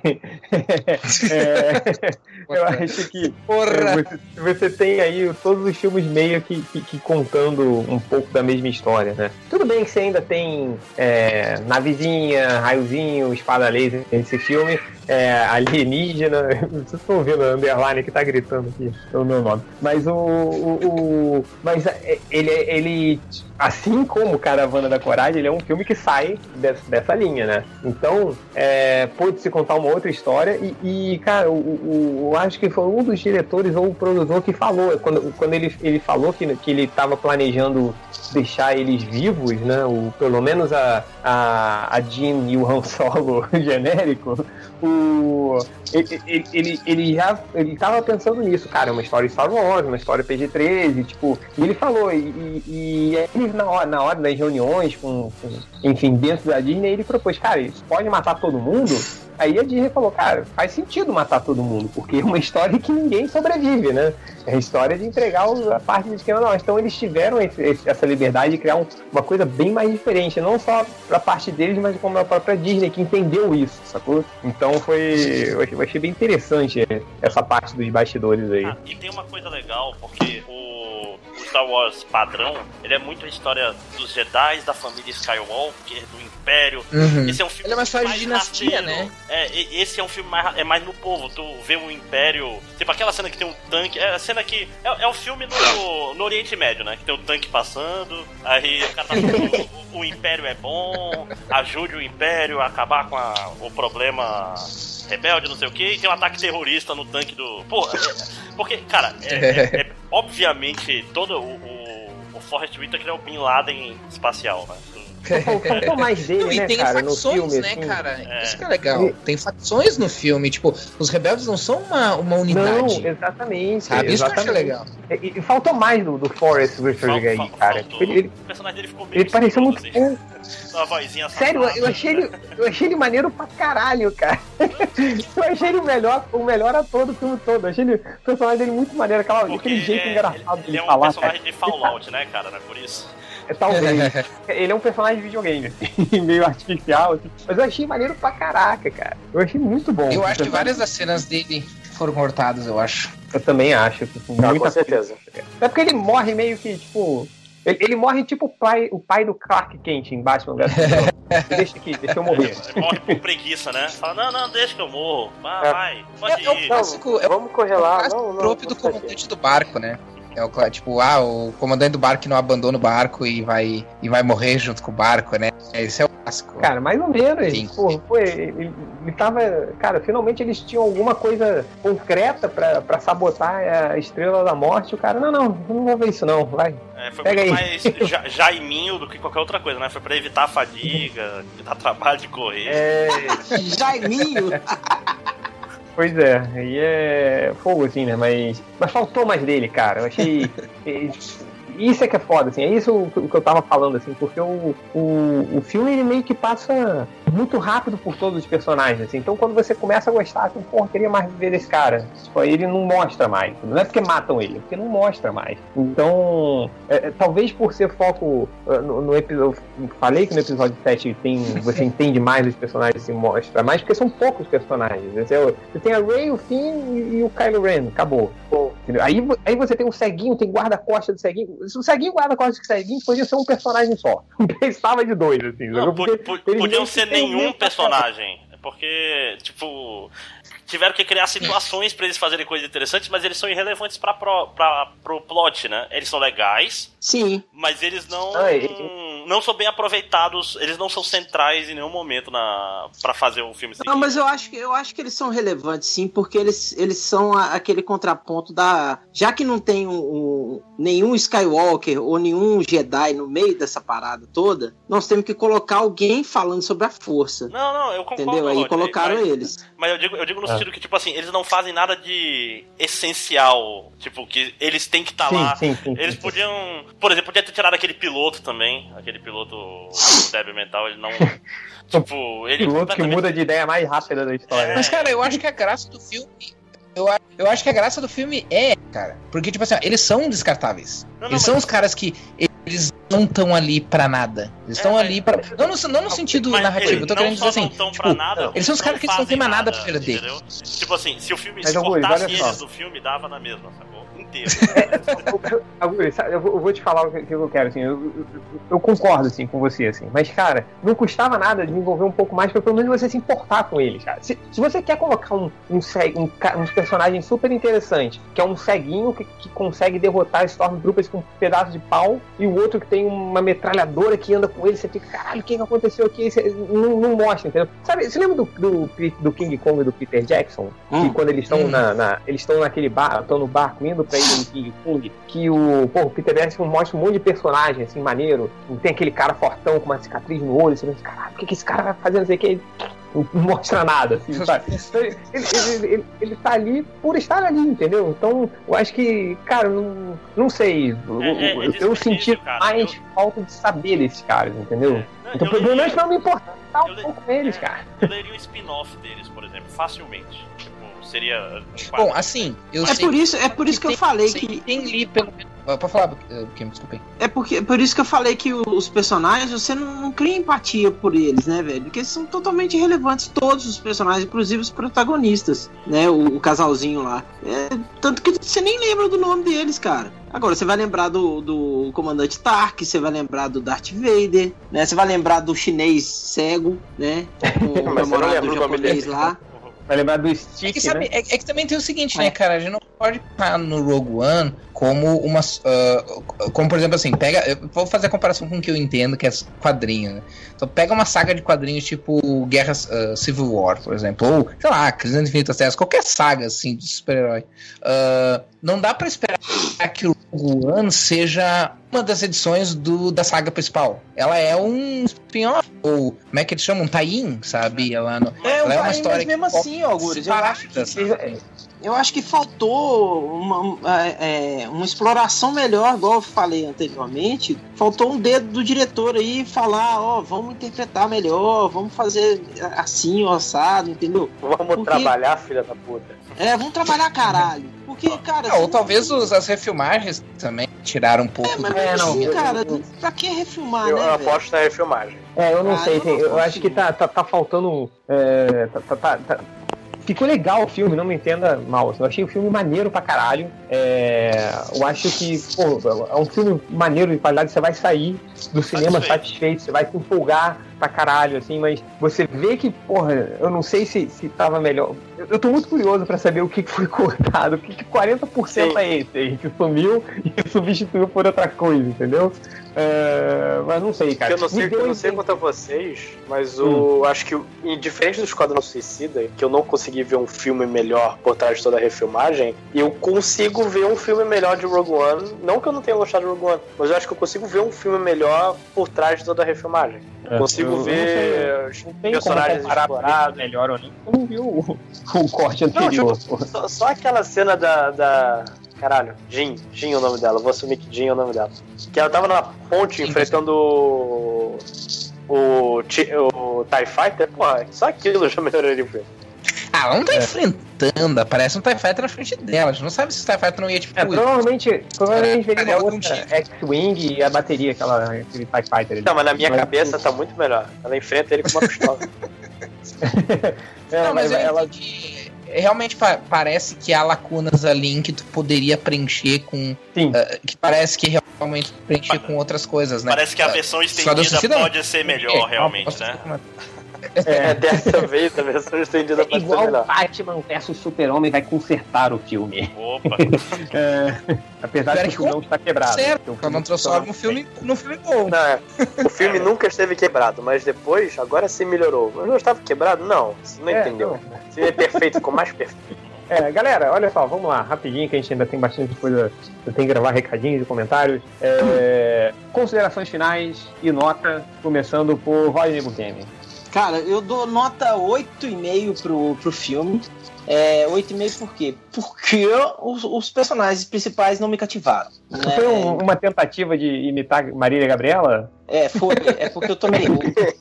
é, eu acho que você, você tem aí todos os filmes meio que, que, que contando um pouco da mesma história, né? Tudo bem que você ainda tem é, navezinha, raiozinho, espada laser nesse filme, é, alienígena, vocês estão ouvindo a underline que tá gritando aqui o meu nome, mas o, o, o mas ele, ele, assim como Caravana da Coragem, ele é um filme que sai dessa, dessa linha, né? Então, é, pôde-se contar uma outra história e, e cara, o, o, eu acho que foi um dos diretores ou o produtor que falou, quando, quando ele, ele falou que, que ele estava planejando deixar eles vivos, né? O, pelo menos a, a, a Jean e o Han Solo genérico, o, ele, ele, ele, ele já ele tava pensando nisso, cara, é uma história Star Wars, uma história P G treze, tipo, e ele falou, e, e, e ele na hora, na hora das reuniões, com, com, enfim, dentro da Disney, ele propôs, cara, isso pode matar todo mundo? Aí a Disney falou, cara, faz sentido matar todo mundo, porque é uma história que ninguém sobrevive, né? É a história de entregar a parte do esquema, não. Então eles tiveram esse, esse, essa liberdade de criar um, uma coisa bem mais diferente, não só pra parte deles, mas como a própria Disney, que entendeu isso, sacou? Então foi... Eu achei, eu achei bem interessante essa parte dos bastidores aí. Ah, e tem uma coisa legal, porque o... o Star Wars padrão, ele é muito a história dos Jedi, da família Skywalker, do Império. Uhum. Esse é um filme ele é uma história mais de dinastia, rasteiro. né? É, esse é um filme mais, é mais no povo. Tu vê o Império, tipo aquela cena que tem um tanque, é a cena que é, é um filme no, no Oriente Médio, né? Que tem um tanque passando, aí o cara tá falando, o, o Império é bom, ajude o Império a acabar com a, o problema rebelde, não sei o que, e tem um ataque terrorista no tanque do... Pô, é, porque, cara, é, é, é, obviamente todo o, o, o Forrest Whitaker é o Bin Laden espacial, né? Faltou mais dele, Não, e né, tem cara, facções, no filme, né, assim. cara? É. Isso que é legal. Tem facções no filme, tipo, os rebeldes não são uma, uma unidade. Não, exatamente. Sabe? Isso que eu acho legal. E, e faltou mais do, do Forrest Whitaker aí, cara. Faltou. Ele, ele, o personagem dele ficou meio ele pareceu muito assim. bom. Uma vozinha Sério, safada. eu achei, ele, eu achei ele maneiro pra caralho, cara. Eu achei ele o melhor, o melhor ator do filme todo. Eu achei ele, o personagem dele muito maneiro, aquela, Porque aquele jeito é, engraçado ele, de ele é um falar. personagem Cara. de Fallout, né, cara? Não é por isso? É, talvez. Ele é um personagem de videogame, assim, meio artificial, assim. Mas eu achei maneiro pra caraca, cara. Eu achei muito bom. Eu acho que várias das cenas dele foram cortadas, eu acho. Eu também acho. Com Não, muita com certeza. Coisa. É porque ele morre meio que, tipo... Ele, ele morre tipo o pai, o pai do Clark Kent em Batman versus Superman. Deixa aqui, deixa eu morrer. Ele morre por preguiça, né? Fala, não, não, deixa que eu morro. Vai, É. vai, pode É, é ir. o clássico, é o Vamos correr lá. clássico Não, não. trope do não sei comandante do barco, né? É o clá- tipo, ah, o comandante do barco que não abandona o barco e vai, e vai morrer junto com o barco, né? Esse é o clássico. Cara, mais ou menos. Sim. Pô, foi, ele, ele tava. Cara, finalmente eles tinham alguma coisa concreta pra, pra sabotar a Estrela da Morte. O cara, não, não, não vou ver isso não, vai. É, foi Pega muito aí. mais ja- jaiminho do que qualquer outra coisa, né? Foi pra evitar a fadiga, evitar trabalho de correr. É. Jaiminho. Pois é, aí é fogo, assim, né? Mas, mas faltou mais dele, cara. Eu achei. Isso é que é foda, assim. É isso o que eu tava falando, assim, porque o, o, o filme ele meio que passa muito rápido por todos os personagens, assim. Então quando você começa a gostar, assim, pô, eu queria mais ver esse cara. Tipo, aí ele não mostra mais. Não é porque matam ele, é porque não mostra mais. Então, é, é, talvez por ser foco no, no episódio. Falei que no episódio sete tem, você entende mais os personagens, se mostra mais, porque são poucos personagens. Você, você tem a Rey, o Finn e, e o Kylo Ren. Acabou. Aí, aí você tem um ceguinho, tem guarda-costas do ceguinho. Se o ceguinho e guarda-costas do ceguinho, podia ser um personagem só. Não precisava de dois, assim. Não, porque po- po- eles podiam meio ser que têm o nenhum mesmo personagem. Porque, tipo, tiveram que criar situações pra eles fazerem coisas interessantes, mas eles são irrelevantes pra, pro, pra, pro plot, né? Eles são legais, Sim. mas eles não, Ah, ele- não são bem aproveitados, eles não são centrais em nenhum momento na, pra fazer o filme seguir. Não, mas eu acho, que, eu acho que eles são relevantes, sim, porque eles, eles são a, aquele contraponto da... Já que não tem um, um, nenhum Skywalker ou nenhum Jedi no meio dessa parada toda, nós temos que colocar alguém falando sobre a força. Não, não, eu concordo. Entendeu? Aí Rodney, colocaram mas, eles. Mas eu digo, eu digo no sentido que, tipo assim, eles não fazem nada de essencial. Tipo, que eles têm que estar tá lá. Sim, sim, eles sim, podiam... Por exemplo, podia ter tirado aquele piloto também. Aquele piloto débil mental, ele não... tipo, ele... Piloto que muda de ideia mais rápida da história. É. Mas, cara, eu acho que a graça do filme... Eu, eu acho que a graça do filme é, cara... Porque, tipo assim, ó, eles são descartáveis. Não, não, eles mas... são os caras que... Eles não estão ali pra nada. Eles estão é, ali pra... Não no, não no sentido mas narrativo, eu tô querendo dizer assim... Não tipo, pra nada, eles são os caras que não tem mais nada pra perder. Entendeu? Tipo assim, se o filme Mas, se Augusto, cortasse olha eles só. do filme, dava na mesma, sacou? Inteiro. Augusto, eu vou eu vou te falar o que, que eu quero, assim, eu, eu, eu concordo, assim, com você, assim, mas, cara, não custava nada desenvolver um pouco mais pra pelo menos você se importar com eles, cara. Se, se você quer colocar um, um, um, um personagem super interessante, que é um ceguinho que, que consegue derrotar Stormtroopers com um pedaço de pau, e o outro que tem uma metralhadora que anda com ele, você fica, caralho, o que, que aconteceu aqui? Você não, não mostra, entendeu? Sabe, você lembra do, do, do King Kong e do Peter Jackson? Hum. Que quando eles estão Hum. na, na, eles estão naquele bar, estão no barco indo pra ir no King Kong, que o, pô, o Peter Jackson mostra um monte de personagem, assim, maneiro, tem aquele cara fortão com uma cicatriz no olho, você pensa, caralho, o que, que esse cara vai fazer, não sei o que, não mostra nada, assim, sabe? Então, ele, ele, ele, ele tá ali por estar ali, entendeu? Então, eu acho que, cara, não, não sei, eu, É, é, é eu, eu senti cara. mais Eu- falta de saber desses caras, entendeu? Não, Então, eu pelo leria- menos pra eu me importar eu um le- pouco com eles, é, cara. Eu leria um spin-off deles, por exemplo, facilmente. Tipo, seria... um Bom, quadro. assim, eu É sei... por isso, é por isso que eu tem- falei sei que... Tem ali, pelo menos... Pode falar, uh, Kim, desculpa aí. É porque, por isso que eu falei que os personagens, você não, não cria empatia por eles, né, velho? Porque eles são totalmente irrelevantes, todos os personagens, inclusive os protagonistas, né? O, o casalzinho lá. É, tanto que você nem lembra do nome deles, cara. Agora, você vai lembrar do, do Comandante Tark, você vai lembrar do Darth Vader, né? Você vai lembrar do chinês cego, né? O Mas você não namorado lembra o nome japonês dele. lá. Vai lembrar do É Stick, que, sabe, né? é, é que também tem o seguinte, É. né, cara? A gente não pode ficar no Rogue One como uma. Uh, como, por exemplo, assim, pega. Eu vou fazer a comparação com o que eu entendo, que é quadrinho, né? Então, pega uma saga de quadrinhos tipo Guerra uh, Civil War, por exemplo, ou, sei lá, Crise das Infinitas Terras, qualquer saga, assim, de super-herói. Uh, não dá pra esperar que o Rogue One seja uma das edições do, da saga principal. Ela é um spin-off, ou como é que eles chamam? Um tie-in, sabe? Ela, não, É, ela é um uma time, história mas mesmo que assim, ó, Gures, eu acho que sabe? Eu acho que faltou uma, é, é, uma exploração melhor, igual eu falei anteriormente. Faltou um dedo do diretor aí falar, ó, vamos interpretar melhor, vamos fazer assim, o assado, entendeu? Vamos Porque- trabalhar, filha da puta. É, vamos trabalhar caralho. Porque, cara... Ah, ou assim, talvez os, as refilmagens também tiraram um pouco É, mas do... É, mesmo não, assim, eu- cara, eu- pra que refilmar, Eu né, velho? aposto na refilmagem. É, eu não Ah, sei, eu tem- não eu, gosto acho que tá, tá, tá faltando. É, tá, tá- tá- tá- Ficou legal o filme, não me entenda mal. assim, Eu achei o filme maneiro pra caralho. É, eu acho que, pô, é um filme maneiro de qualidade. Você vai sair do cinema Satisfeito. satisfeito, você vai se empolgar pra caralho, assim, mas você vê que, porra, eu não sei se, se tava melhor. Eu, eu tô muito curioso pra saber o que que foi cortado, o que que quarenta por cento Sim. é esse aí, que sumiu e substituiu por outra coisa, entendeu? É, mas não sei, cara. Eu não sei, Me deu eu não a sei entender- quanto a vocês, mas o, acho que, o- e diferente do Esquadrão Suicida, que eu não consegui ver um filme melhor por trás de toda a refilmagem, eu consigo ver um filme melhor de Rogue One. Não que eu não tenha gostado de Rogue One, mas eu acho que eu consigo ver um filme melhor por trás de toda a refilmagem. É, consigo eu- eu não ver sei, os Não tem como personagens comparar pra ver se explorados. é melhor ou não. Eu não vi o, o corte Não, anterior. tipo, porra. só, só aquela cena da, da... Caralho, Jean. Jean é o nome dela. Vou assumir que Jean é o nome dela. Que ela tava na ponte Sim, enfrentando o... O, Ti- o TIE Fighter. Porra, só aquilo já melhoraria o filme. Ah, ela não tá É. enfrentando, aparece um TIE Fighter na frente dela. A gente não sabe se o TIE Fighter não ia, tipo... É, provavelmente, provavelmente É, veio é uma algum outra tipo. X-Wing e a bateria, aquela, aquele TIE Fighter ali. Não, mas na minha Mas- cabeça tá muito melhor. Ela enfrenta ele com uma pistola. É, não, mas eu ela, entendi. Realmente pa- parece que há lacunas ali em que tu poderia preencher com... sim. uh, que parece que realmente preencher com outras coisas, né? Parece que a Uh, versão Esquadrão estendida Suicida não. pode ser melhor, É, realmente, posso- né? É, dessa vez a versão estendida É pode ser igual melhor. Batman versus Super-Homem vai consertar o filme. Opa. É, apesar Espero de que que o filme não está quebrado. Certo, porque o só filme não transforma um filme num filme bom. Não, é. O filme nunca esteve quebrado, mas depois, agora sim melhorou. Mas não estava quebrado? Não, você não É, entendeu. não. O filme é perfeito, ficou mais perfeito. É, galera, olha só, vamos lá, rapidinho, que a gente ainda tem bastante coisa. Eu tenho que gravar recadinhos e comentários. É, considerações finais e nota, começando por Rodney Buchanan. Cara, eu dou nota oito e meio pro, pro filme. É, oito e meio por quê? Porque os, os personagens principais não me cativaram. Né? Foi um- uma tentativa de imitar Marília Gabriela? É, foi. É porque eu tô meio.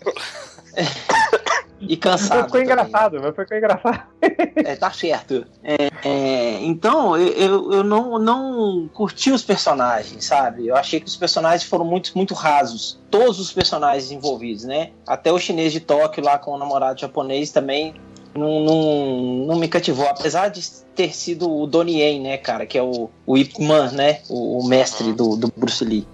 E cansado. Ficou também. engraçado, mas ficou engraçado. É, tá certo. É, é, então, eu, eu, eu não, não curti os personagens, sabe? Eu achei que os personagens foram muito, muito rasos. Todos os personagens envolvidos, né? Até o chinês de Tóquio lá com o namorado japonês também não, não, não me cativou. Apesar de ter sido o Donnie Yen, né, cara? Que é o, o Ip Man, né? O, o mestre do, do Bruce Lee.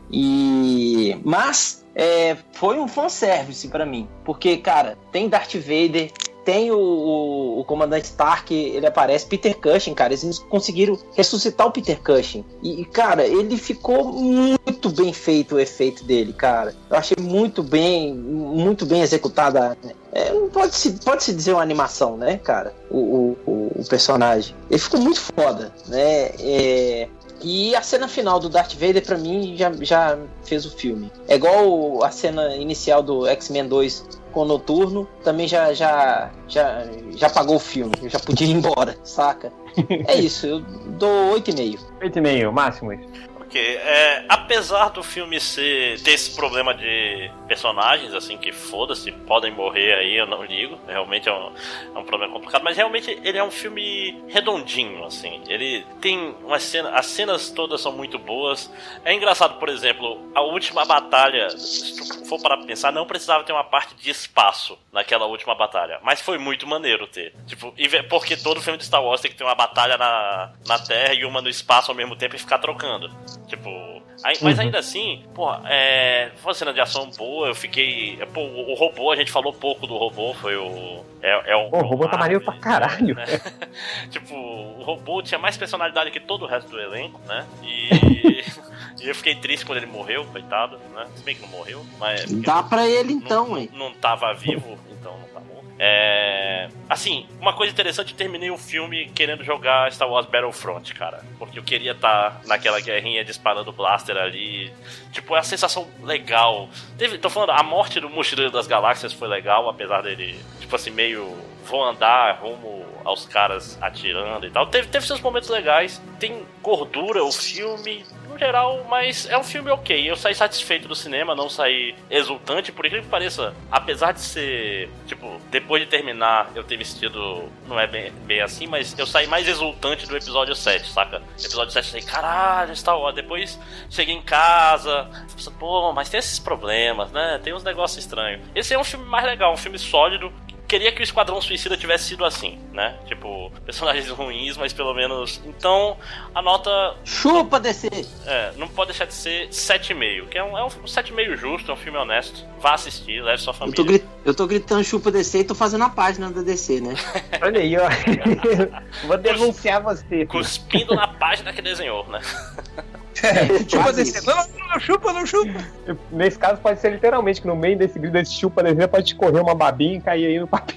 E... Mas... É, foi um fanservice pra mim, porque, cara, tem Darth Vader, tem o, o, o comandante Stark, ele aparece, Peter Cushing, cara, eles conseguiram ressuscitar o Peter Cushing, e, cara, ele ficou muito bem feito o efeito dele, cara, eu achei muito bem, muito bem executada, é, pode-se pode -se dizer uma animação, né, cara, o, o, o personagem, ele ficou muito foda, né, é... E a cena final do Darth Vader, pra mim, já, já fez o filme. É igual a cena inicial do X-Men dois com o Noturno, também já, já, já, já pagou o filme. Eu já podia ir embora, saca? É isso, eu dou oito e meio. oito e meio, Máximos. Ok, é, apesar do filme ser, ter esse problema de personagens, assim, que foda-se, podem morrer aí, eu não ligo, realmente é um, é um problema complicado, mas realmente ele é um filme redondinho, assim, ele tem uma cena, as cenas todas são muito boas, é engraçado, por exemplo, a última batalha, se tu for parar pra pensar, não precisava ter uma parte de espaço naquela última batalha, mas foi muito maneiro ter, tipo, porque todo filme de Star Wars tem que ter uma batalha na, na Terra e uma no espaço ao mesmo tempo e ficar trocando. Tipo, aí, mas ainda assim, pô, é, foi uma cena de ação boa, eu fiquei. Pô, o, o robô, a gente falou pouco do robô, foi o. É, é um, Pô, o robô tá maneiro pra caralho. Né? Tipo, o robô tinha mais personalidade que todo o resto do elenco, né? E, e eu fiquei triste quando ele morreu, coitado, né? Se bem que não morreu, mas. Dá pra ele então, não, hein? Não, não tava vivo, então não tá morto. É... Assim, uma coisa interessante, eu terminei o filme querendo jogar Star Wars Battlefront, cara. Porque eu queria estar tá naquela guerrinha disparando blaster ali. Tipo, é a sensação legal. Teve, tô falando, a morte do Mochileiro das Galáxias foi legal, apesar dele, tipo assim, meio... Vou andar rumo aos caras atirando e tal. Teve, teve seus momentos legais. Tem gordura o filme, no geral, mas é um filme ok. Eu saí satisfeito do cinema, não saí exultante, por incrível que pareça. Apesar de ser, tipo, depois de terminar, eu ter me sentido, não é bem, bem assim, mas eu saí mais exultante do episódio sete, saca? Episódio sete, eu falei, caralho, Star Wars. Depois cheguei em casa, pensei, pô, mas tem esses problemas, né? Tem uns negócios estranhos. Esse é um filme mais legal, um filme sólido. Queria que o Esquadrão Suicida tivesse sido assim, né? Tipo, personagens ruins, mas pelo menos... Então, a nota... Chupa, D C! É, não pode deixar de ser sete e meio, que é um, é um sete e meio justo, é um filme honesto. Vá assistir, leve sua Eu família. tô, grit... eu tô gritando chupa D C e tô fazendo a página da D C, né? Olha aí, ó. Vou denunciar você. Cuspindo na página que desenhou, né? É, chupa Quase desse. isso. Não, não, não chupa, não chupa. Nesse caso pode ser literalmente que no meio desse grito desse chupa desenho pode escorrer uma babinha e cair aí no papel.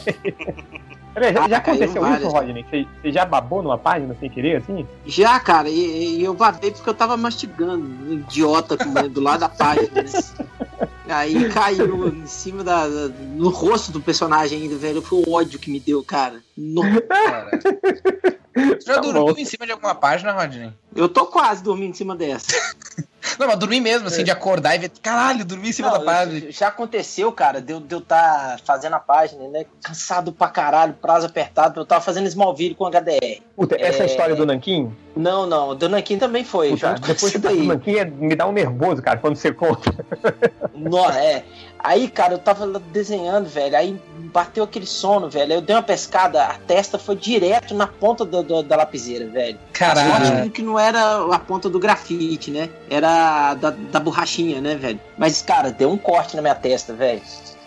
Peraí, já, Ah, já caiu aconteceu várias. isso, Rodney? Você, você já babou numa página sem querer, assim? Já, cara, e, e eu babei porque eu tava mastigando, um idiota comendo do lado da página, né? Aí caiu em cima da, da- no rosto do personagem ainda, velho. Foi o ódio que me deu, cara. No- Cara. Você já Tá dormiu bom. em cima de alguma página, Rodney? Eu tô quase dormindo em cima dessa. Não, mas dormir mesmo, assim, de acordar e ver. Caralho, dormi em cima Não, da página. já aconteceu, cara, de eu de eu tá fazendo a página, né? Cansado pra caralho, prazo apertado. Eu tava fazendo Smallville com H D R. Puta, essa é a É. história do Nanquim? Não, não, o do Nanquim também foi. Puta, junto com depois isso que daí. o Nanquim é- me dá um nervoso, cara, quando você conta. Nó, é. Aí, cara, eu tava lá desenhando, velho. Aí bateu aquele sono, velho. Aí eu dei uma pescada, a testa foi direto na ponta do- do- da lapiseira, velho. Caralho. Sorte que não era a ponta do grafite, né? Era da, da borrachinha, né, velho? Mas, cara, deu um corte na minha testa, velho.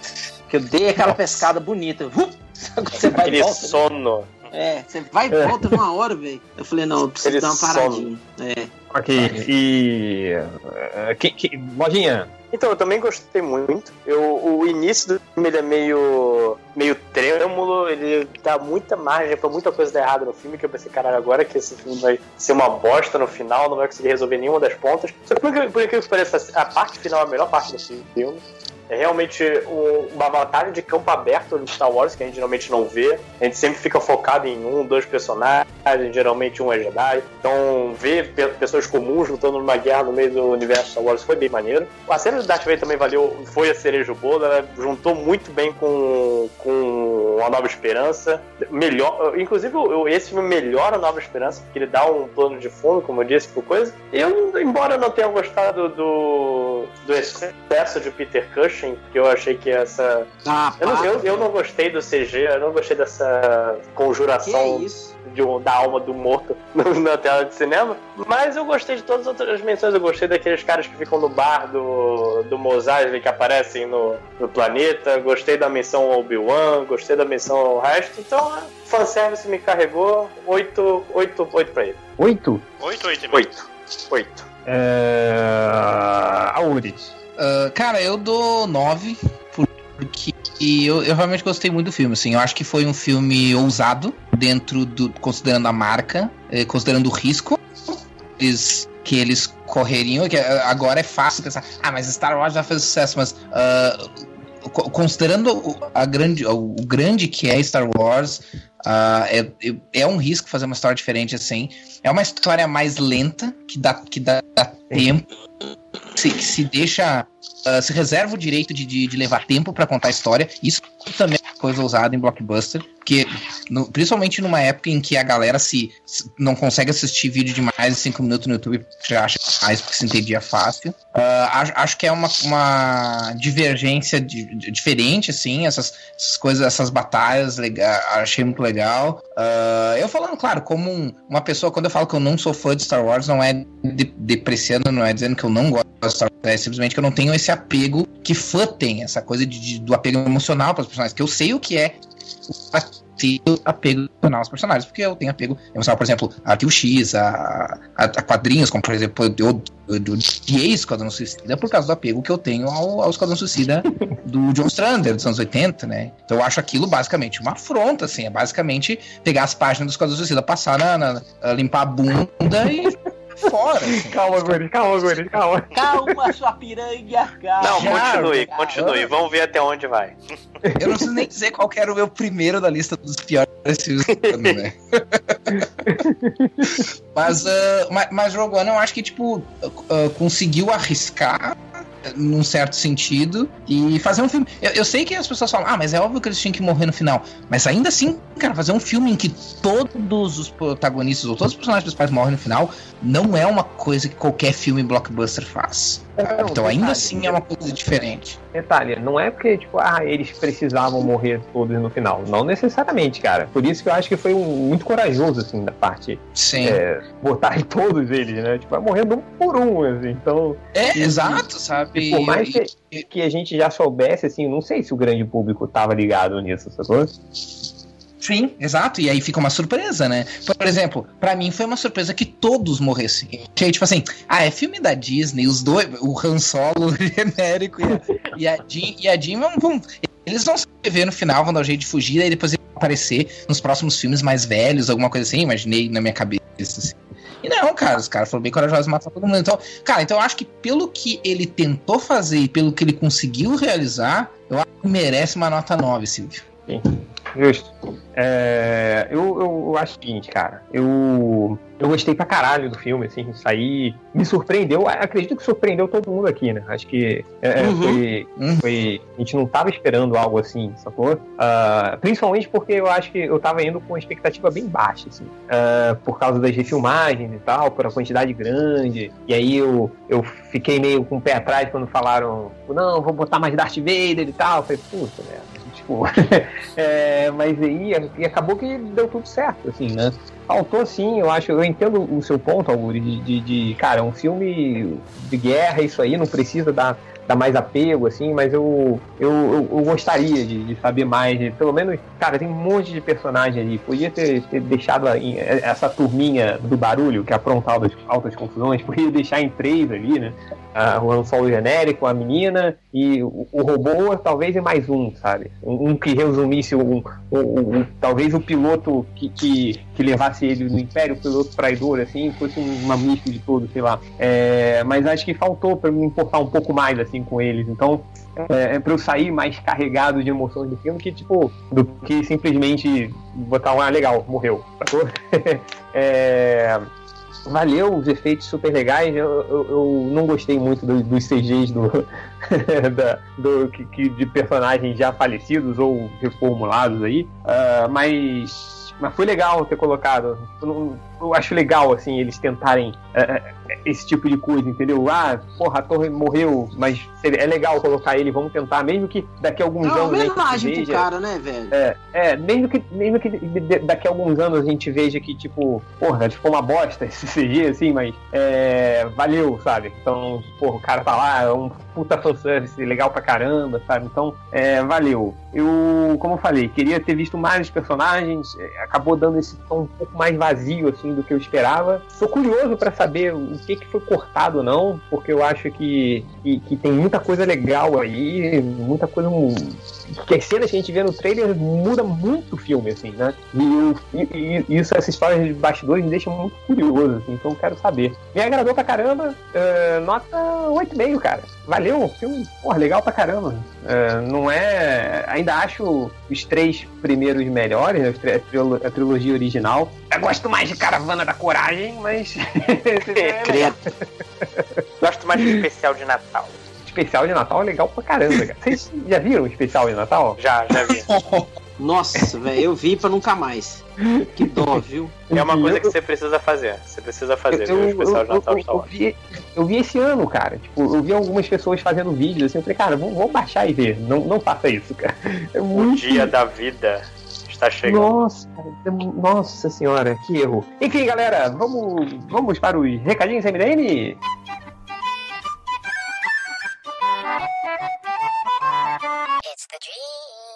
Que eu dei aquela pescada bonita. Você vai Aquele e volta, sono. Né? É, você vai e volta numa hora, velho. Eu falei, não, eu preciso Aquele dar uma paradinha. É. Ok, e... Uh, que, que, Lojinha? Então, eu também gostei muito. Eu, o início do filme ele é meio, meio trêmulo, ele dá muita margem pra muita coisa dar errado no filme, que eu pensei, caralho, agora que esse filme vai ser uma bosta no final, não vai conseguir resolver nenhuma das pontas. Só que por incrível que pareça, a parte final é a melhor parte do filme. É realmente um, uma batalha de campo aberto de Star Wars, que a gente geralmente não vê. A gente sempre fica focado em um, dois personagens, geralmente um é Jedi. Então, ver pessoas comuns lutando numa guerra no meio do universo Star Wars foi bem maneiro. A cena do Darth Vader também valeu, foi a cereja do bolo, ela juntou muito bem com, com A Nova Esperança. Melhor, inclusive, esse filme melhora A Nova Esperança, porque ele dá um plano de fundo, como eu disse, por coisa. Eu, embora não tenha gostado do, do excesso de Peter Cushing, que eu achei que essa... Ah, eu, não, eu, eu não gostei do C G, eu não gostei dessa conjuração que é isso? De, da alma do morto na tela de cinema, mas eu gostei de todas as outras menções. Eu gostei daqueles caras que ficam no bar do, do Mos Eisley, que aparecem no, no planeta, gostei da menção ao Obi-Wan, gostei da menção ao resto. Então, fanservice me carregou. Oito, oito, oito pra ele. Oito? Oito, oito e meio. Oito. Oito. É... Auris. Uh, cara, eu dou nove, porque eu, eu realmente gostei muito do filme, assim. Eu acho que foi um filme ousado, dentro do... considerando a marca, eh, considerando o risco eles, que eles correriam, que agora é fácil pensar, ah, mas Star Wars já fez sucesso, mas uh, considerando a grande, o grande que é Star Wars, uh, é, é um risco fazer uma história diferente, assim. É uma história mais lenta, que dá, que dá, dá tempo, se, que se deixa... Uh, se reserva o direito de, de, de levar tempo pra contar a história. Isso também é uma coisa usada em blockbuster, porque no, principalmente numa época em que a galera se, se não consegue assistir vídeo de mais de cinco minutos no YouTube, já acha mais porque se entendia fácil. Uh, acho, acho que é uma, uma divergência de, de, diferente, assim, essas, essas coisas, essas batalhas, legal, achei muito legal. Uh, eu falando, claro, como um, uma pessoa, quando eu falo que eu não sou fã de Star Wars, não é de, depreciando, não é dizendo que eu não gosto de Star Wars, é simplesmente que eu não tenho esse apego que fã tem, essa coisa de, de, do apego emocional para os personagens, que eu sei o que é o apego emocional aos personagens, porque eu tenho apego emocional, por exemplo, a Arquivo X, a, a, a quadrinhos, como por exemplo, eu odiei Esquadrão Suicida por causa do apego que eu tenho ao, ao Esquadrão Suicida do John Strander, dos anos oitenta, né? Então eu acho aquilo basicamente uma afronta, assim, é basicamente pegar as páginas do Esquadrão Suicida, passar na, na, na limpar a bunda e fora. Assim. Calma, Guri, calma, Guri, calma. Calma, sua piranha, calma. Não, continue, calma. continue. Vamos ver até onde vai. Eu não preciso nem dizer qual que era o meu primeiro da lista dos piores filmes do ano, né? mas, uh, mas, mas Rogue One eu acho que, tipo, uh, conseguiu arriscar num certo sentido e fazer um filme. Eu, eu sei que as pessoas falam, ah, mas é óbvio que eles tinham que morrer no final. Mas ainda assim, cara, fazer um filme em que todos os protagonistas ou todos os personagens principais morrem no final não é uma coisa que qualquer filme blockbuster faz. Não, então ainda detalhe, assim é uma coisa diferente. Detalhe, não é porque, tipo, ah, eles precisavam morrer todos no final. Não necessariamente, cara. Por isso que eu acho que foi um, muito corajoso, assim, da parte. Sim. É, botar em todos eles, né? Tipo, vai morrendo um por um, assim. Então. É, e, exato, sabe? E por mais que, que a gente já soubesse, assim, não sei se o grande público tava ligado nisso, sacou? Sim, exato, e aí fica uma surpresa, né? Por exemplo, pra mim foi uma surpresa que todos morressem. Que aí, tipo assim, ah, é filme da Disney, os dois, o Han Solo genérico e a, e a Jean, e a Jean vão, vão, eles vão se ver no final, vão dar um jeito de fugir, aí depois eles vão aparecer nos próximos filmes mais velhos, alguma coisa assim, imaginei na minha cabeça, assim. E não, cara, os caras foram bem corajosos de matar todo mundo. Então, cara, então eu acho que pelo que ele tentou fazer e pelo que ele conseguiu realizar, eu acho que merece uma nota nove, Silvio. Sim. Justo. É, eu, eu, eu acho o seguinte, cara. Eu, eu gostei pra caralho do filme, assim, saí. Me surpreendeu. Acredito que surpreendeu todo mundo aqui, né? Acho que é, uhum. foi, foi. A gente não tava esperando algo assim, sacou? Uh, principalmente porque eu acho que eu tava indo com uma expectativa bem baixa, assim. Uh, por causa das refilmagens e tal, por a quantidade grande. E aí eu, eu fiquei meio com o pé atrás quando falaram, não, vou botar mais Darth Vader e tal. Eu falei, puta, né? é, mas aí e acabou que deu tudo certo, assim, né? Faltou sim, eu acho, eu entendo o seu ponto, Augusto, de, de, de, cara, um filme de guerra, isso aí, não precisa dar, dá mais apego, assim, mas eu, eu, eu, eu gostaria de, de saber mais, de, pelo menos, cara, tem um monte de personagem ali, podia ter, ter deixado em, essa turminha do barulho, que apronta altas, altas confusões, podia deixar em três ali, né, ah, o Han Solo genérico, a menina e o, o robô, talvez e mais um, sabe, um, um que resumisse um, um, um, talvez o piloto que, que, que levasse ele no Império, o piloto traidor, assim, fosse uma mista de todo, sei lá, é, mas acho que faltou pra me importar um pouco mais, assim, com eles, então é, é pra eu sair mais carregado de emoções do filme que, tipo, do que simplesmente botar um, ah, legal, morreu, sacou? é... Valeu, os efeitos super legais. Eu, eu, eu não gostei muito do, dos C Gs do, da, do, que, que, de personagens já falecidos ou reformulados aí, uh, mas, mas foi legal ter colocado. Eu, não, eu acho legal, assim, eles tentarem uh, esse tipo de coisa, entendeu? Ah, porra, a torre morreu, mas é legal colocar ele, vamos tentar, mesmo que daqui a alguns não, anos. É uma homenagem veja, pro cara, né, velho? É, é mesmo, que, mesmo que daqui a alguns anos a gente veja que, tipo, porra, ficou uma bosta esse C G, assim, mas é, valeu, sabe? Então, porra, o cara tá lá, é um puta fanservice legal pra caramba, sabe? Então, é, valeu. Eu, como eu falei, queria ter visto mais os personagens, acabou dando esse tom um pouco mais vazio, assim, do que eu esperava. Tô curioso pra saber o que que foi cortado ou não, porque eu acho que, que, que tem muita coisa legal aí, muita coisa... que as cenas que a gente vê no trailer muda muito o filme, assim, né? E, e, e isso, essa história de bastidores me deixa muito curioso, assim, então eu quero saber. Me agradou pra caramba, uh, nota oito vírgula cinco, cara. Valeu, filme, porra, legal pra caramba. Uh, não é... Ainda acho os três primeiros melhores, né? a, trilo, a trilogia original. Eu gosto mais de Caravana da Coragem, mas... é Gosto mais de especial de Natal. Especial de Natal é legal pra caramba, cara. Vocês já viram o especial de Natal? Já, já vi. Nossa, velho, eu vi pra nunca mais. Que dó, viu? É uma coisa que você precisa fazer. Você precisa fazer, eu, viu? O especial eu, de Natal eu, eu, eu, vi, eu vi esse ano, cara. Tipo, eu vi algumas pessoas fazendo vídeos assim. Eu falei, cara, vamos, vamos baixar e ver. Não, não faça isso, cara. É muito... O dia da vida está chegando. Nossa, cara, nossa senhora, que erro. Enfim, galera, vamos, vamos para os recadinhos M D M? It's the dream.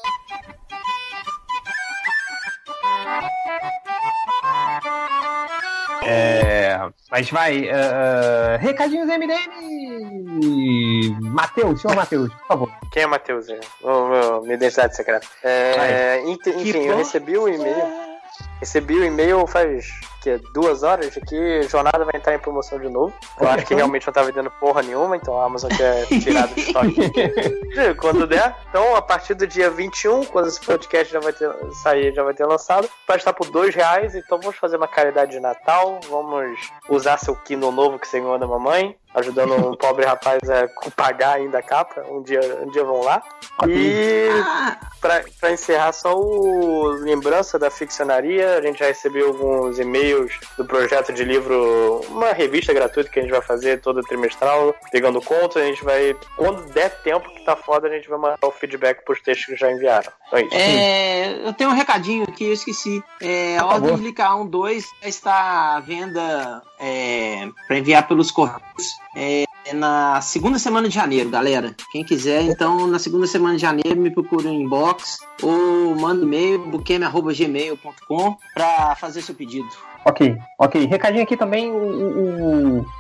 É, mas vai, uh, recadinhos M D M! Matheus, senhor Matheus, por favor. Quem é Matheus? Minha identidade secreta. É, enfim, eu recebi o e-mail. Recebi o e-mail faz que, duas horas de que jornada vai entrar em promoção de novo. Eu acho que realmente não tá vendendo porra nenhuma, então a Amazon quer tirar do estoque quando der. Então, a partir do dia vinte e um, quando esse podcast já vai ter sair, já vai ter lançado, vai estar por dois reais. Então vamos fazer uma caridade de Natal. Vamos usar seu Kindle novo que você ganhou da mamãe, ajudando um pobre rapaz a pagar ainda a capa. Um dia, um dia vão lá. E pra, pra encerrar, só o lembrança da ficcionaria. A gente já recebeu alguns e-mails do projeto de livro, uma revista gratuita que a gente vai fazer todo trimestral, pegando conto. A gente vai, quando der tempo que tá foda, a gente vai mandar o feedback pros textos que já enviaram. Então é isso. É, eu tenho um recadinho aqui, eu esqueci. É, a Ordem de K um dois está à venda é, para enviar pelos correios. É, na segunda semana de janeiro, galera. Quem quiser, então, na segunda semana de janeiro, me procura no inbox ou manda e-mail, buqueme arroba gmail ponto com para fazer seu pedido. Ok, ok. Recadinho aqui também, o, o, uh,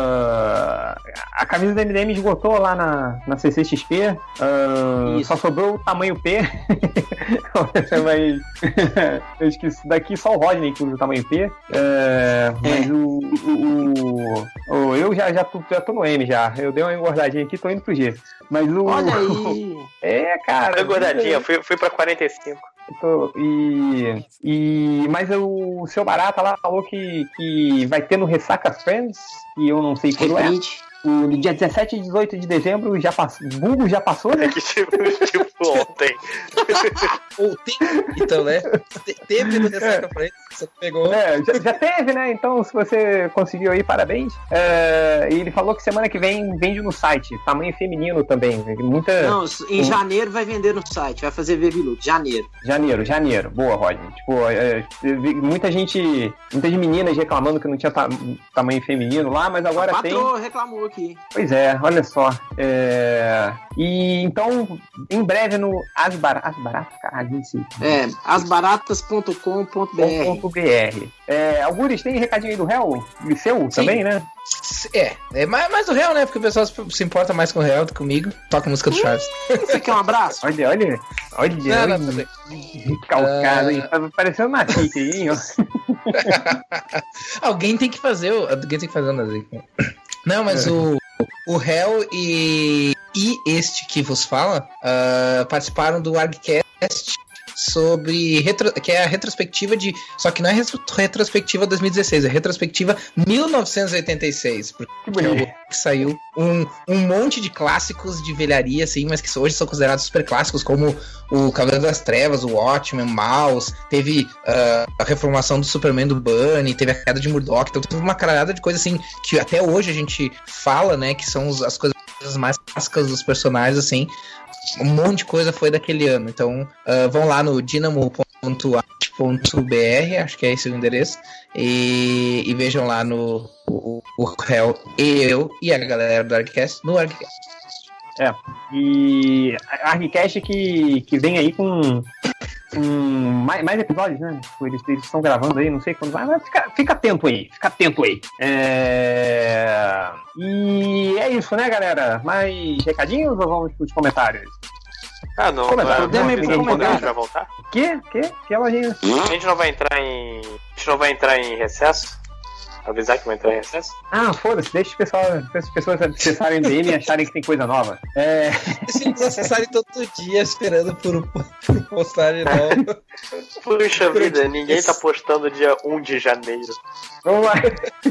a camisa da M D M esgotou lá na, na C C X P, uh, só sobrou o tamanho P, mas eu esqueci, daqui só o Rodney que usa o tamanho P, uh, mas é. o, o, o, o eu já, já, tô, já tô no M já, eu dei uma engordadinha aqui, tô indo pro G. Mas o... Olha aí! É, cara... Tô engordadinha, fui, fui pra quarenta e cinco. Tô, e, e, mas o seu Barata lá falou que, que vai ter no Ressaca Friends, e eu não sei quando é. O dia dezessete e dezoito de dezembro já passou. Google já passou, né? É que tipo, tipo ontem. Ontem? Então, né? Teve no Ressaca Friends, você pegou. É, já, já teve, né? Então, se você conseguiu aí, parabéns. É, e ele falou que semana que vem vende no site. Tamanho feminino também. Muita... Não, em janeiro vai vender no site. Vai fazer Veviluto. Janeiro. Janeiro, janeiro. Boa, Rodney. Tipo, é, muita gente, muitas meninas reclamando que não tinha ta- tamanho feminino lá, mas agora a tem. patroa reclamou aqui. Pois é, olha só. É... E então, em breve no As Baratas. As Baratas, caralho, não sei. É, as baratas ponto com ponto b r. É, Algures, tem recadinho aí do réu? E seu Sim. também, né? É, é mais, mais do réu, né? Porque o pessoal se, se importa mais com o réu do que comigo. Toca a música do Chaves. Você quer um abraço? Olha, olha. Olha, Não, não, olha. Calcado, Uh... hein? Tá parecendo uma chique aí, hein? Alguém tem que fazer o. Alguém tem que fazer o Nazik. Não, mas é. o. O réu e, e este que vos fala uh, participaram do ArgCast sobre retro, que é a retrospectiva de, só que não é retro, retrospectiva dois mil e dezesseis, é retrospectiva mil novecentos e oitenta e seis, porque que, é que saiu um, um monte de clássicos de velharia assim, mas que hoje são considerados super clássicos, como o Cavaleiro das Trevas, o Watchmen, Mouse, teve uh, a reformação do Superman do Bunny, teve a queda de Murdoch, então teve uma caralhada de coisas assim que até hoje a gente fala, né, que são as coisas mais clássicas dos personagens, assim. Um monte de coisa foi daquele ano. Então, uh, vão lá no dinamo ponto art ponto b r, acho que é esse o endereço, e, e vejam lá no o, o réu e eu e a galera do ArgCast no ArgCast. É, e a ArgCast que, que vem aí com, com mais, mais episódios, né? Eles, eles estão gravando aí, não sei quando vai, mas fica, fica atento aí, fica atento aí. É... E é isso, né, galera? Mais recadinhos ou vamos para os comentários? Ah, não. Comentário. Vai, Podemos, não, podemos já voltar? Que? Que? Que lojinha? A gente não vai entrar em. A gente não vai entrar em recesso? Avisar que vai entrar em recesso? Ah, foda-se, deixa, pessoal, deixa as pessoas acessarem o M D M e acharem que tem coisa nova. É... Se eles acessarem todo dia esperando por, por postagem nova. Puxa vida, ninguém tá postando dia um de janeiro. Vamos lá.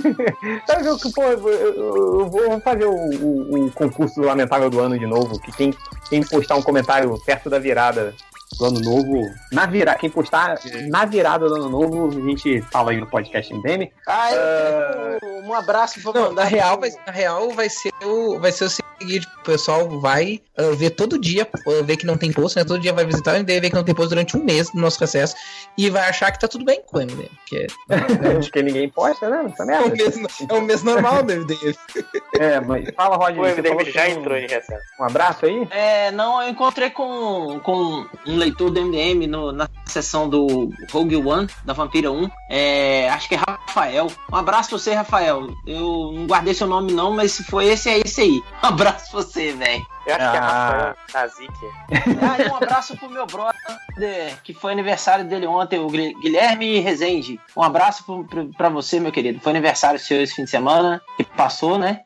Sabe o que, pô, eu, eu, eu vou fazer o, o, o concurso lamentável do ano de novo, que quem, quem postar um comentário perto da virada do ano novo, na virada, quem postar na virada do ano novo, a gente fala aí no podcast M D M. Ah, eu uh... um abraço pra Não, mandar. Na real, vai, na real vai ser o, vai ser o seguinte, o pessoal vai uh, ver todo dia, uh, ver que não tem post, né? Todo dia vai visitar o M D M, ver que não tem post durante um mês no nosso recesso e vai achar que tá tudo bem com o M D M. Que é, Acho que ninguém posta, né? Essa é, merda. um mês, é um mês normal do M D M. É, mas fala, Roger. O M D M já um, entrou em recesso. Um abraço aí? É, não, eu encontrei com, com um leitor do M D M no, na sessão do Rogue One, da Vampira um. É, acho que é Rafael. Um abraço pra você, Rafael. Eu não guardei seu nome não, mas se foi esse, é esse aí. Um abraço pra você, velho. Eu acho ah. que é Rafael Nazik. Ah, e um abraço pro meu brother, que foi aniversário dele ontem, o Guilherme Rezende. Um abraço pro, pro, pra você, meu querido. Foi aniversário seu esse fim de semana, que passou, né?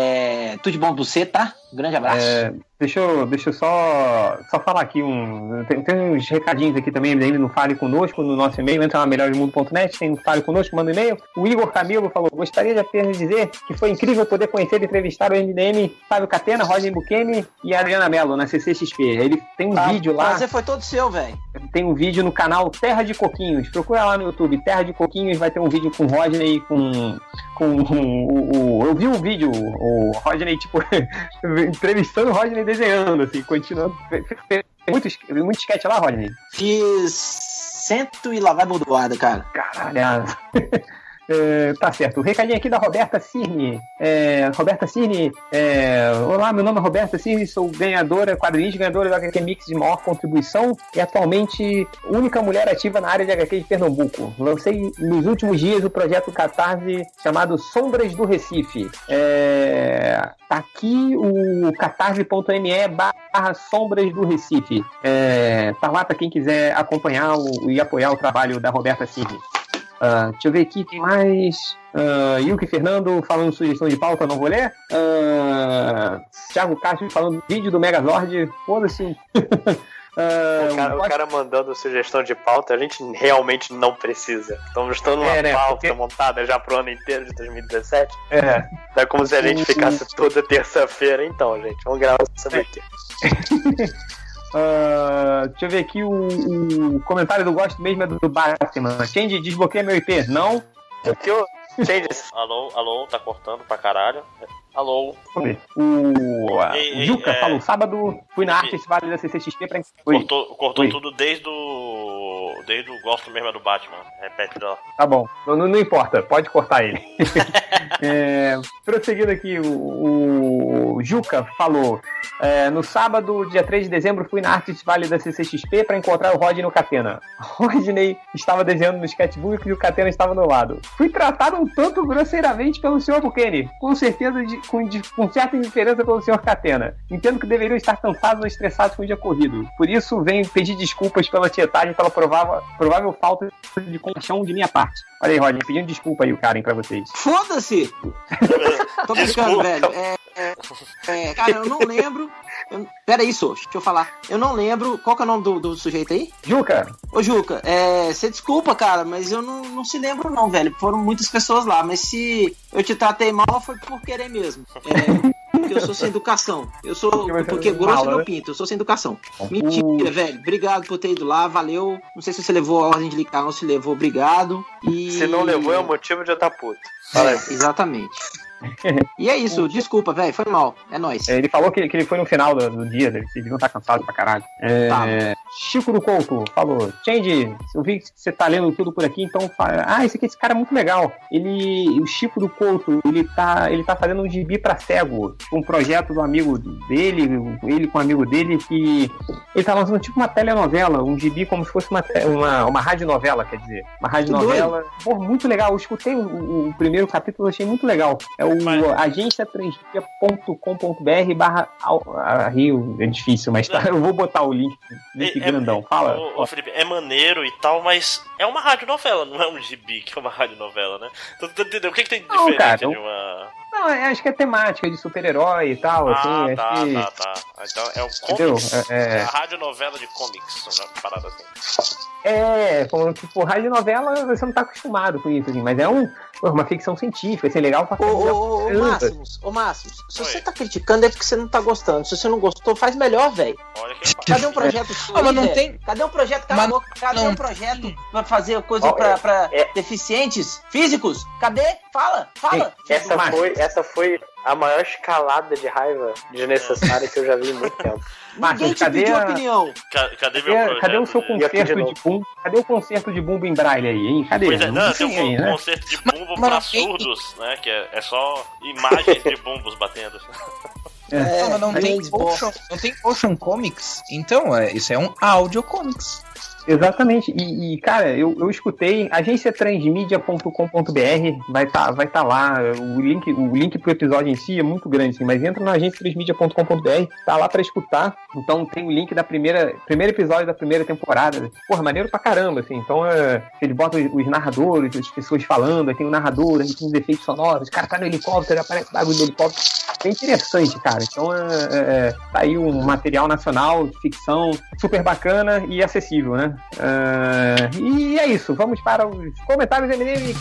É, tudo de bom pra você, tá? Um grande abraço. É, deixa eu, deixa eu só, só falar aqui um. Tem, tem uns recadinhos aqui também, M D M no Fale Conosco, no nosso e-mail, entra na melhor mundo ponto net, tem no Fale Conosco, manda um e-mail. O Igor Camilo falou: gostaria de apenas dizer que foi incrível poder conhecer e entrevistar o M D M, Fábio Catena, Roger Buchemi e a Adriana Mello na C C X P. Ele tem um tá, vídeo lá. Prazer foi todo seu, velho. Tem um vídeo no canal Terra de Coquinhos. Procura lá no YouTube, Terra de Coquinhos, vai ter um vídeo com o Rodney, com. com o, o, eu vi um vídeo, o Rodney, tipo, entrevistando o Rodney desenhando, assim, continuando. Muito, muito sketch lá, Rodney. Fiz cento e lá vai bordoada, cara. Caralho. É, tá certo. O recadinho aqui da Roberta Cirne. É, Roberta Cirne, é, olá, meu nome é Roberta Cirne, sou ganhadora, quadrinista, ganhadora do H Q Mix de maior contribuição e atualmente única mulher ativa na área de H Q de Pernambuco. Lancei nos últimos dias o projeto Catarse chamado Sombras do Recife. É, tá aqui o catarse.me barra Sombras do Recife. É, tá lá pra quem quiser acompanhar o, e apoiar o trabalho da Roberta Cirne. Uh, deixa eu ver aqui, tem mais. Uh, Yuki Fernando falando sugestão de pauta, não vou ler. Uh, Thiago Castro falando vídeo do Megazord. Foda-se. uh, o, cara, o cara mandando sugestão de pauta, a gente realmente não precisa. Estamos estando numa é, né, pauta porque... montada já pro ano inteiro de dois mil e dezessete. É. É como se a gente ficasse toda terça-feira, então, gente. Vamos gravar sobre aqui. Uh, deixa eu ver aqui o, o comentário do gosto mesmo é do Batman. Change, desbloqueia meu I P. Não? O que eu... Change. Alô, alô, tá cortando pra caralho. Alô. Vamos ver. O ei, Juca é... falou, sábado fui na Arte Vale da C C X P pra... Cortou, cortou tudo desde o... desde o gosto mesmo é do Batman. Repete lá. Tá bom, não, não importa, pode cortar ele. é, prosseguindo aqui, o, o Juca falou: é, no sábado, dia três de dezembro, fui na Artist Valley da C C X P para encontrar o Rodney e o Catena. Rodney estava desenhando no sketchbook e o Catena estava do lado. Fui tratado um tanto grosseiramente pelo senhor Buchanan, com certeza de, com, de, com certa indiferença pelo senhor Catena. Entendo que deveriam estar cansados ou estressados com o dia corrido. Por isso, venho pedir desculpas pela tietagem, pela provável, provável falta de compaixão de minha parte. Olha aí, Rodney, pedindo desculpa aí o Karen pra vocês. Foda-se! Tô brincando, velho. É, é, é, cara, eu não lembro. Eu, pera aí, Sô, deixa eu falar. Eu não lembro. Qual que é o nome do, do sujeito aí? Juca! Ô, Juca, é, você desculpa, cara, mas eu não, não se lembro, não, velho. Foram muitas pessoas lá, mas se eu te tratei mal, foi por querer mesmo. É. Porque eu sou sem educação. Eu sou. Porque, porque grosso eu não pinto, eu sou sem educação. Mentira, uh... velho. Obrigado por ter ido lá, valeu. Não sei se você levou a ordem de ligar ou se levou, obrigado. E... Se não levou, é o motivo de eu estar puto. É, exatamente. E é isso, desculpa, velho, foi mal, é nóis. Ele falou que, que ele foi no final do, do dia, eles deviam estar cansados pra caralho. É, tá. Chico do Couto falou: Change, eu vi que você tá lendo tudo por aqui, então fala, ah, esse aqui, esse cara é muito legal. Ele, o Chico do Couto, ele tá, ele tá fazendo um gibi pra cego, um projeto do amigo dele, ele com um amigo dele, que ele tá lançando tipo uma telenovela, um gibi como se fosse uma, uma, uma radionovela, quer dizer, uma radionovela. Pô, muito legal, eu escutei o, o primeiro capítulo, achei muito legal. É o mas... agência três dia ponto com ponto b r barra Rio, é difícil, mas tá, eu vou botar o link, link é, grandão. Fala. Ô, ô, Felipe, é maneiro e tal, mas é uma radionovela, não é um gibi que é uma radionovela, né? Então, entendeu? O que, que tem de diferente não, cara, de uma... Não, acho que é temática de super-herói e tal, ah, assim. Tá, acho que... tá, tá. Então é um comics, é, é... a radionovela de comics, uma parada assim. É, como tipo, radionovela você não tá acostumado com isso, assim, mas é um, uma ficção científica, assim, legal pra caramba. Ô, ô, ô, Máximos, ô, Máximos, se Oi. Você tá criticando é porque você não tá gostando. Se você não gostou, faz melhor, velho. Cadê um projeto seu? Ah, mas não tem... Cadê um projeto, cala a boca, cadê não... um projeto pra fazer coisa oh, pra, pra é... deficientes físicos? Cadê? Fala, fala. Ei, essa, foi, essa foi a maior escalada de raiva desnecessária que eu já vi em muito tempo. Ninguém te pediu a... opinião. Cadê, cadê, meu cadê, cadê o seu concerto de, de bumbo? Cadê o concerto de bumbo em braille aí, hein? Cadê? Pois é, não, não tem um aí, né? Concerto de bumbo mas, pra mas, surdos, né? Que é, é só imagens de bumbos batendo. É, não, mas não tem, Ocean, não tem Ocean Comics? Então, é, isso é um audio comics. Exatamente, e, e cara, eu, eu escutei, agência transmedia ponto com ponto b r, vai estar tá, vai tá lá, o link, o link pro episódio em si é muito grande, assim, mas entra na agência transmedia ponto com ponto b r, tá lá pra escutar, então tem o link da primeira, primeiro episódio da primeira temporada, porra, maneiro pra caramba, assim, então é, eles botam os, os narradores, as pessoas falando, aí tem o narrador, aí tem os efeitos sonoros, o cara tá no helicóptero, aparece bagulho do helicóptero, é interessante, cara, então é, é, tá aí um material nacional de ficção super bacana e acessível, né? Uh, e é isso, vamos para os comentários M D M.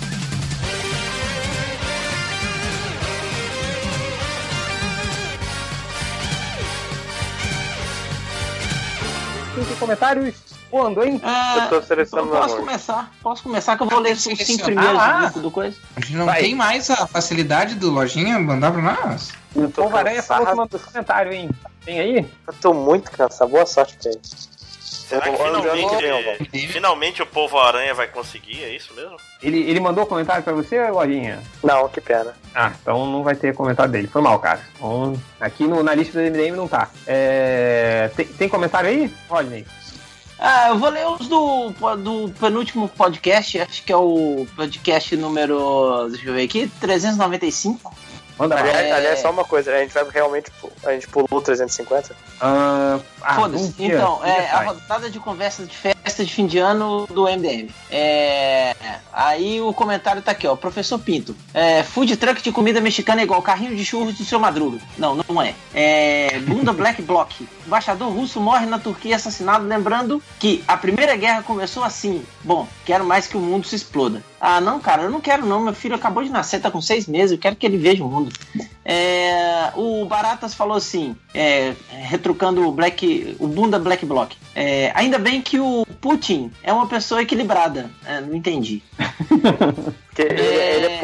Cinco comentários. Quando, hein? É, eu tô selecionando. Posso começar? Posso começar que eu vou ler os cinco primeiros ah, do, do coisa. A gente não Vai. Tem mais a facilidade do Lojinha mandar pra nós? O Povo Aranha falou que mandou comentário, hein? Tem aí? Eu tô muito cansado. Boa sorte pra ele. Será que finalmente, finalmente o Povo Aranha vai conseguir? É isso mesmo? Ele, ele mandou comentário pra você, Lojinha? Não, que pena. Ah, então não vai ter comentário dele. Foi mal, cara. Então, aqui no, na lista do M D M não tá. É, tem, tem comentário aí, Rodney? Ah, eu vou ler os do, do penúltimo podcast, acho que é o podcast número, deixa eu ver aqui, trezentos e noventa e cinco. Manda aliás, é... aliás, só uma coisa, a gente vai realmente, a gente pulou o trezentos e cinquenta? Uh, ah, Foda-se, um então, um é a rodada de conversa de festa de fim de ano do M D M. É, aí o comentário tá aqui, ó, Professor Pinto, é, food truck de comida mexicana é igual carrinho de churros do seu Madruga. Não, não é. É Bunda Black Block, embaixador russo morre na Turquia assassinado, lembrando que a Primeira Guerra começou assim. Bom, quero mais que o mundo se exploda. Ah, não, cara, eu não quero não, meu filho acabou de nascer, tá com seis meses, eu quero que ele veja o mundo. É, o Baratas falou assim, é, retrucando o, Black, o Bunda Black Block, é, ainda bem que o Putin é uma pessoa equilibrada. É, não entendi. Porque é... ele, é,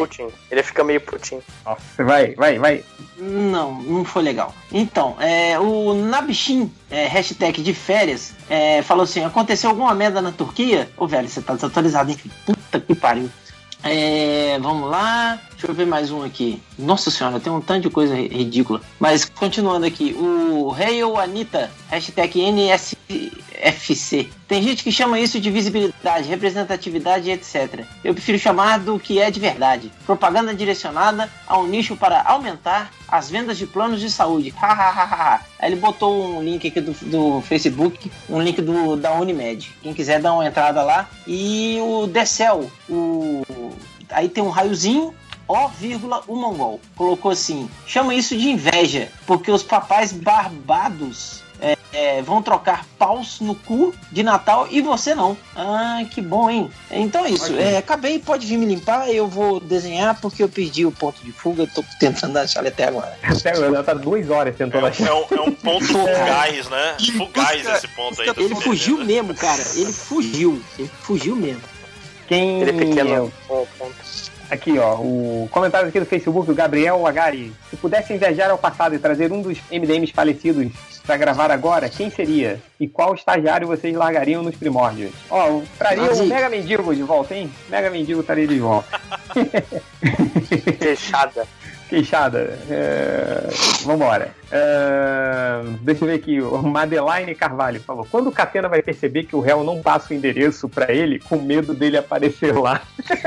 putinho. Ele fica meio putinho. Nossa, vai, vai, vai. Não, não foi legal. Então, é, o Nabishin, é, hashtag de férias, é, falou assim, aconteceu alguma merda na Turquia? Ô, velho, você tá desatualizado, hein? Puta que pariu. É, vamos lá, deixa eu ver mais um aqui. Nossa senhora, tem um tanto de coisa ridícula. Mas continuando aqui, o Hail Anitta, hashtag N S F C. Tem gente que chama isso de visibilidade, representatividade, etcétera. Eu prefiro chamar do que é de verdade. Propaganda direcionada a um nicho para aumentar as vendas de planos de saúde. Hahaha. Aí ele botou um link aqui do, do Facebook, um link do, da Unimed. Quem quiser dar uma entrada lá. E o Decel, o... aí tem um raiozinho, ó, vírgula, o mongol. Colocou assim, chama isso de inveja, porque os papais barbados é, é, vão trocar paus no cu de Natal e você não. Ah, que bom, hein? Então é isso. É, acabei, pode vir me limpar, eu vou desenhar porque eu perdi o ponto de fuga, tô tentando achar ele até agora. Até agora, tá duas horas tentando É, achar. é, um, é um ponto fugaz, né? Fugaz esse ponto aí. Ele fugiu mesmo, cara. Ele fugiu. Ele fugiu mesmo. Quem... Ele é pequeno. Aqui, ó, o comentário aqui do Facebook, o Gabriel Agari. Se pudessem viajar ao passado e trazer um dos M D Ms falecidos pra gravar agora, quem seria? E qual estagiário vocês largariam nos primórdios? Ó, eu traria o Mega Mendigo de volta, hein? Mega Mendigo estaria de volta. Queixada. Queixada. É... Vambora. É... Deixa eu ver aqui. O Madeline Carvalho falou: quando o Catena vai perceber que o réu não passa o endereço pra ele, com medo dele aparecer lá?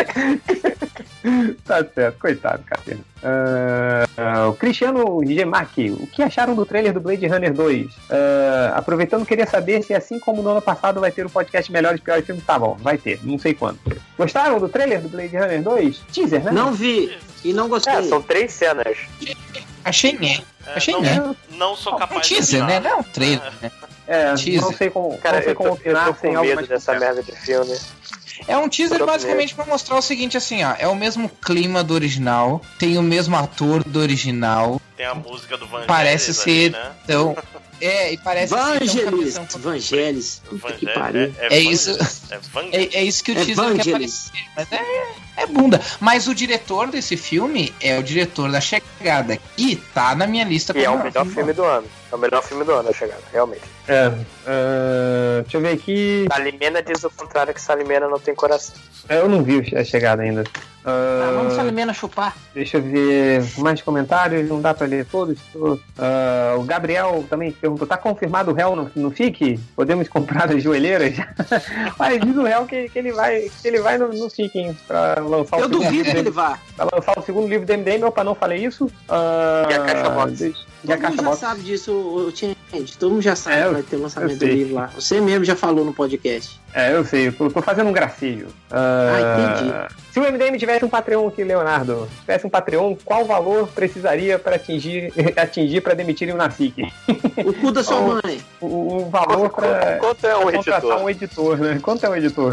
Tá certo, coitado, Catena. Uh, uh, o Cristiano Gemac, o que acharam do trailer do Blade Runner dois? Uh, aproveitando, queria saber se, assim como no ano passado, vai ter o um podcast Melhores e Piores Filmes. Tá bom, vai ter, não sei quando. Gostaram do trailer do Blade Runner dois? Teaser, né? Não vi e não gostei. É, são três cenas. Achei né. É, Achei não, né. não sou É um capaz teaser, de né? opinar. Não é um trailer, né? É, Teaser. não sei como, Cara, não sei eu como tô, eu opinar tô sem com algo medo mais dessa concreto. merda de filme. É um teaser Tô basicamente pra mostrar o seguinte, assim, ó. É o mesmo clima do original, tem o mesmo ator do original. Tem a música do Vangelis Parece ali, ser, né? então... É, e parece ser tão Vangelis, cabeção- Vangelis, puta que Vangelis, pariu. É isso. Vangelis, É Vangelis. É, é isso que o É teaser quer Vangelis. parecer, mas é, é bunda. Mas o diretor desse filme é o diretor da Chegada, que tá na minha lista. E é o como melhor filme do ano. É o melhor filme do ano, a chegada, realmente. É, uh, deixa eu ver aqui. Salimena diz o contrário, que Salimena não tem coração. Eu não vi a chegada ainda. Uh, Ah, vamos Salimena chupar. Deixa eu ver mais comentários, não dá pra ler todos. Uh, o Gabriel também perguntou: tá confirmado o réu no, no F I C? Podemos comprar as joelheiras? Mas diz o réu que, que ele vai, que ele vai no, no F I C, hein, pra lançar o Eu segundo duvido livro que ele dele- vá. pra lançar o segundo livro do M D M. Opa, não falei isso. Uh, E a caixa box. deixa- E a Todo caixa mundo já box. sabe disso, o Tinha. Todo mundo já sabe É, que eu- vai ter o lançamento eu do sei. livro lá. Você mesmo já falou no podcast. É, eu sei, eu tô, tô fazendo um gracejo. Ah, entendi. Se o M D M tivesse um Patreon aqui, Leonardo, se tivesse um Patreon, qual valor precisaria para atingir, atingir para demitirem o Nafic? O cu da sua Oh. mãe. O, o valor para Quanto é um contratar editor? um editor, né? Quanto é um editor?